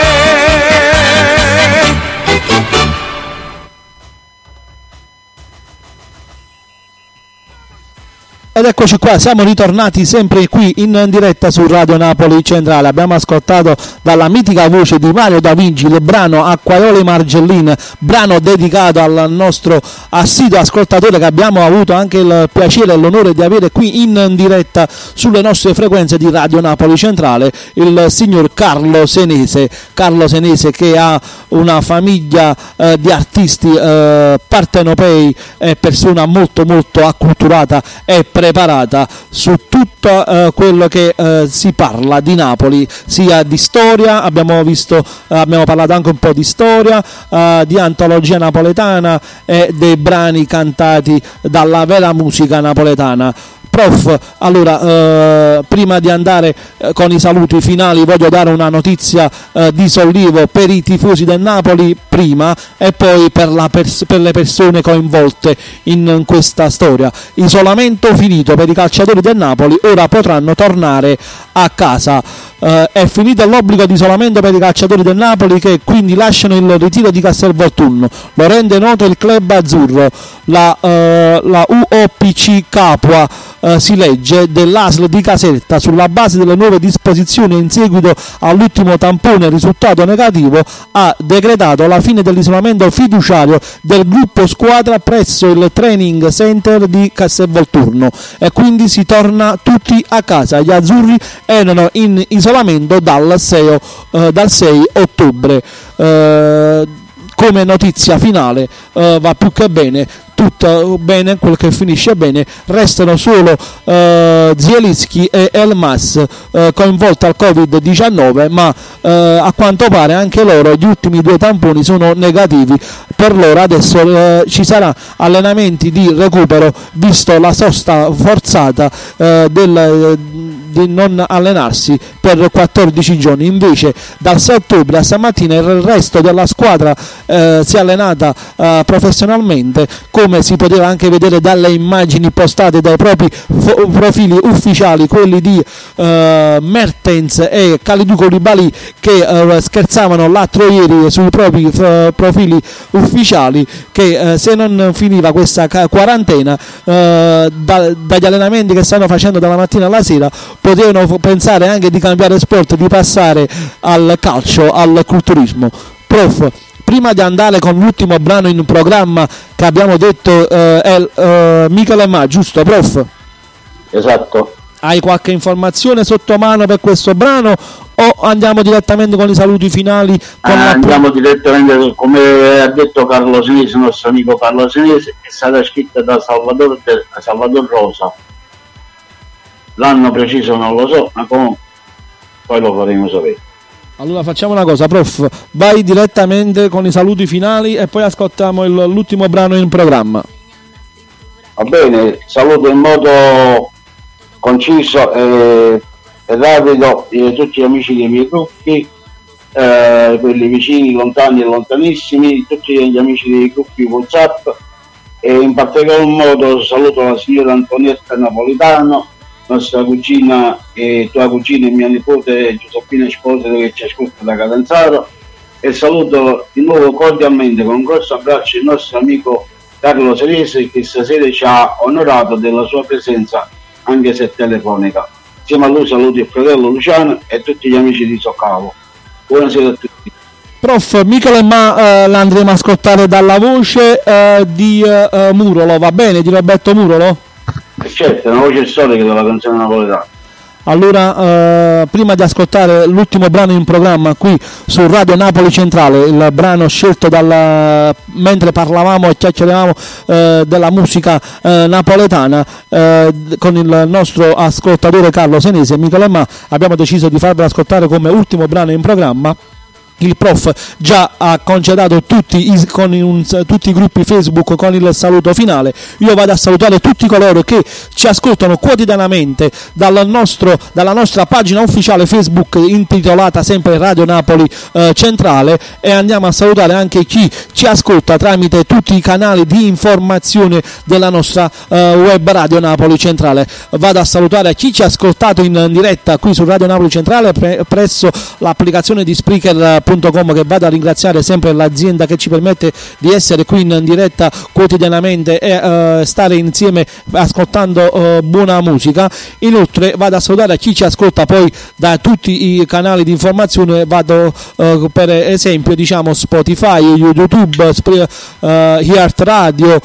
Ed eccoci qua, siamo ritornati sempre qui in diretta su Radio Napoli Centrale. Abbiamo ascoltato dalla mitica voce di Mario Da Vinci il brano Acqua iola margellina, brano dedicato al nostro assiduo ascoltatore che abbiamo avuto anche il piacere e l'onore di avere qui in diretta sulle nostre frequenze di Radio Napoli Centrale, il signor Carlo Senese. Carlo Senese che ha una famiglia eh, di artisti eh, partenopei, è persona molto molto acculturata e preparata preparata su tutto eh, quello che eh, si parla di Napoli, sia di storia, abbiamo visto, eh, abbiamo parlato anche un po' di storia, eh, di antologia napoletana e dei brani cantati dalla vera musica napoletana. Prof, allora eh, prima di andare eh, con i saluti finali voglio dare una notizia eh, di sollievo per i tifosi del Napoli prima e poi per, la pers- per le persone coinvolte in, in questa storia. Isolamento finito per i calciatori del Napoli, ora potranno tornare a casa. Uh, è finito l'obbligo di isolamento per i calciatori del Napoli che quindi lasciano il ritiro di Castelvolturno. Lo rende noto il club azzurro. La, uh, la U O P C Capua uh, si legge dell'A S L di Caserta, sulla base delle nuove disposizioni in seguito all'ultimo tampone risultato negativo, ha decretato la fine dell'isolamento fiduciario del gruppo squadra presso il training center di Castelvolturno e quindi si torna tutti a casa. Gli azzurri erano in isolamento dal sei, eh, dal sei ottobre. Eh, come notizia finale eh, va più che bene, tutto bene, quel che finisce bene. Restano solo eh, Zielinski e Elmas eh, coinvolti al covid diciannove, ma eh, a quanto pare anche loro gli ultimi due tamponi sono negativi. Per loro adesso eh, ci sarà allenamenti di recupero, visto la sosta forzata eh, del di non allenarsi per quattordici giorni. Invece dal sei ottobre a stamattina il resto della squadra eh, si è allenata eh, professionalmente, come si poteva anche vedere dalle immagini postate dai propri fo- profili ufficiali, quelli di eh, Mertens e Kalidou Koulibaly, che eh, scherzavano l'altro ieri sui propri f- profili ufficiali che eh, se non finiva questa ca- quarantena eh, da- dagli allenamenti che stanno facendo dalla mattina alla sera potevano pensare anche di cambiare sport, di passare al calcio, al culturismo. Prof, prima di andare con l'ultimo brano in programma che abbiamo detto eh, è eh, Michele Ma, giusto prof? Esatto. Hai qualche informazione sotto mano per questo brano o andiamo direttamente con i saluti finali? Con eh, la... Andiamo direttamente, come ha detto Carlo Senese, il nostro amico Carlo Senese, è stata scritta da Salvatore, da Salvatore Rosa. L'anno preciso non lo so, ma comunque poi lo faremo sapere. Allora facciamo una cosa, prof, vai direttamente con i saluti finali e poi ascoltiamo il, l'ultimo brano in programma. Va bene, saluto in modo conciso e, e rapido eh, tutti gli amici dei miei gruppi, eh, quelli vicini, lontani e lontanissimi, tutti gli amici dei gruppi WhatsApp, e in particolar modo saluto la signora Antonietta Napolitano, nostra cugina e tua cugina e mia nipote Giuseppina Esposito che ci ascolta da Catanzaro, e saluto di nuovo cordialmente con un grosso abbraccio il nostro amico Carlo Senese, che stasera ci ha onorato della sua presenza anche se telefonica. Insieme a lui saluto il fratello Luciano e tutti gli amici di Soccavo. Buonasera a tutti. Prof, Michele Ma eh, l'andremo a ascoltare dalla voce eh, di eh, Murolo, va bene? Di Roberto Murolo? Certo, è una voce storica della canzone napoletana. Allora, eh, prima di ascoltare l'ultimo brano in programma qui su Radio Napoli Centrale, il brano scelto dal, mentre parlavamo e chiacchieravamo eh, della musica eh, napoletana eh, con il nostro ascoltatore Carlo Senese e Michele Ma, abbiamo deciso di farvelo ascoltare come ultimo brano in programma. Il prof già ha concedato tutti i, con un, tutti i gruppi Facebook con il saluto finale. Io vado a salutare tutti coloro che ci ascoltano quotidianamente dal nostro, dalla nostra pagina ufficiale Facebook intitolata sempre Radio Napoli eh, Centrale, e andiamo a salutare anche chi ci ascolta tramite tutti i canali di informazione della nostra eh, web Radio Napoli Centrale. Vado a salutare chi ci ha ascoltato in diretta qui su Radio Napoli Centrale pre- presso l'applicazione di Spreaker punto com, che vado a ringraziare sempre l'azienda che ci permette di essere qui in diretta quotidianamente e uh, stare insieme ascoltando uh, buona musica. Inoltre vado a salutare chi ci ascolta poi da tutti i canali di informazione, vado uh, per esempio diciamo Spotify, YouTube, Sp- uh, Heart Radio,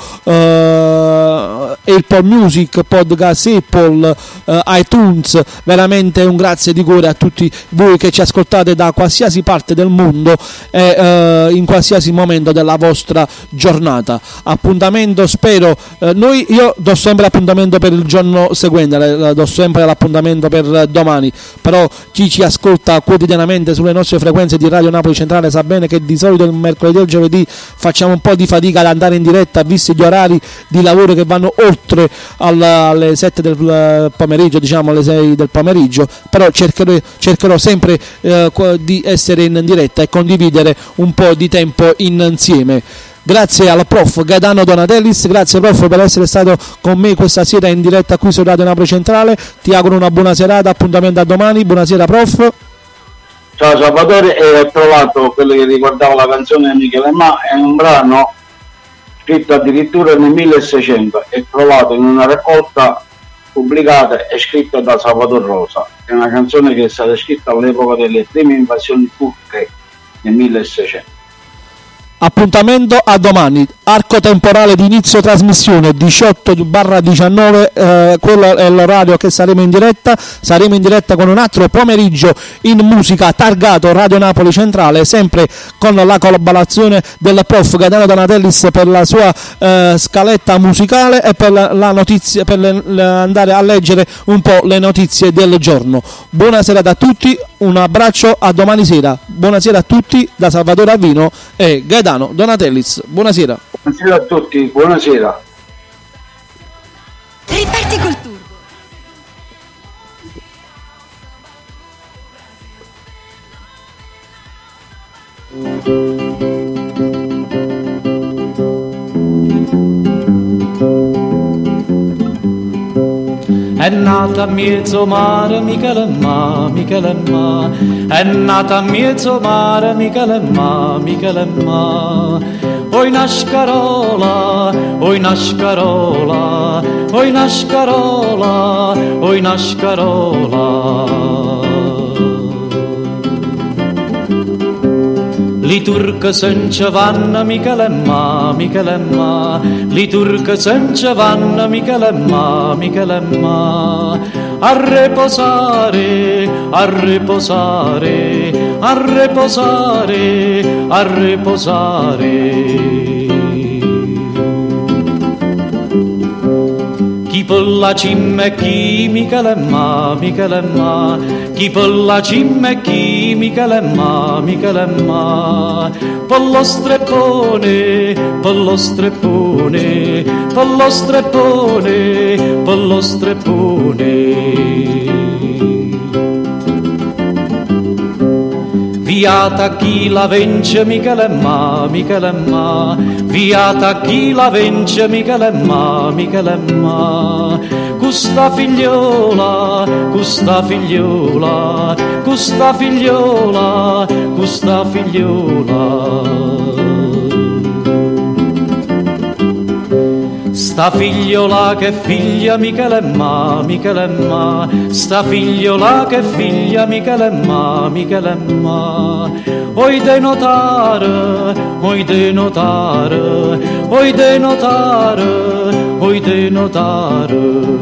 uh, Apple Music, Podcast Apple, uh, iTunes. Veramente un grazie di cuore a tutti voi che ci ascoltate da qualsiasi parte del nel mondo e eh, in qualsiasi momento della vostra giornata. Appuntamento, spero, eh, noi io do sempre l'appuntamento per il giorno seguente, do sempre l'appuntamento per domani, però chi ci ascolta quotidianamente sulle nostre frequenze di Radio Napoli Centrale sa bene che di solito il mercoledì e il giovedì facciamo un po' di fatica ad andare in diretta, visti gli orari di lavoro che vanno oltre alla, alle sette del pomeriggio, diciamo alle sei del pomeriggio, però cercherò, cercherò sempre eh, di essere in diretta e condividere un po' di tempo insieme. Grazie al prof Gaetano Donatellis, grazie prof per essere stato con me questa sera in diretta qui su Radio Napoli Centrale, ti auguro una buona serata, appuntamento a domani, buonasera prof. Ciao Salvatore, e ho trovato quello che riguardava la canzone di Michele Ma, è un brano scritto addirittura nel milleseicento e trovato in una raccolta pubblicata e scritta da Salvatore Rosa. È una canzone che è stata scritta all'epoca delle prime invasioni turche nel milleseicento. Appuntamento a domani, arco temporale di inizio trasmissione diciotto diciannove, eh, quello è l'orario che saremo in diretta. Saremo in diretta con un altro pomeriggio in musica targato Radio Napoli Centrale, sempre con la collaborazione del prof Gaetano Donatellis per la sua eh, scaletta musicale e per la, la notizia, per le, le, andare a leggere un po' le notizie del giorno. Buonasera a tutti, un abbraccio, a domani sera. Buonasera a tutti da Salvatore Avvino e Gaetano Donatellis, buonasera. Buonasera a tutti, buonasera. Riparti col turbo. È nata a mezzo mare Michele Ma, Michele Ma. È nata a mezzo mare Michele Ma, Michele Ma. Oi nascarola, oi nascarola, oi nascarola, oi nascarola. Li turcă să-nce vană Michele Ma, Michele Ma. Li turcă să-nce vană Michele Ma, Michele Ma. A reposare, a reposare, a reposare, a reposare. Chi per la cima e chi Michele Ma, Michele Ma. Chi per la cima e chi Michele Ma, Michele Ma. Per lo streppone, per lo streppone, per lo streppone, per lo streppone. Viata chi la vence Michele Ma, Michele Ma. Viata chi la vence Michele Ma, Michele Ma. Custa figliola, custa figliola, custa figliola, custa figliola. Sta figliola che figlia Michele Ma, Michele Ma. Sta figliola che figlia Michele Ma, Michele Ma. Oi de notare, oi de notare, oi de notare, oi de notare.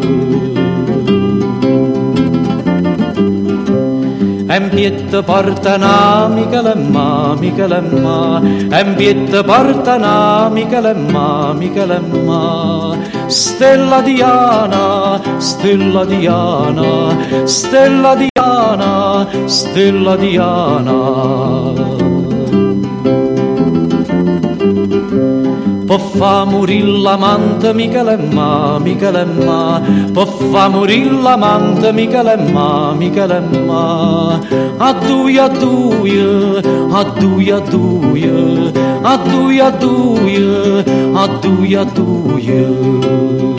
Em pietta partana Michele Ma, Michele Ma. Em pietta partana Michele Ma, Michele Ma. Stella Diana, Stella Diana, Stella Diana, Stella Diana. Può fa morire l'amante Michele Ma, Michele Ma. Può fa morire l'amante Michele Ma, Michele Ma. Adduia, adduia, adduia, adduia, adduia, adduia, adduia, adduia.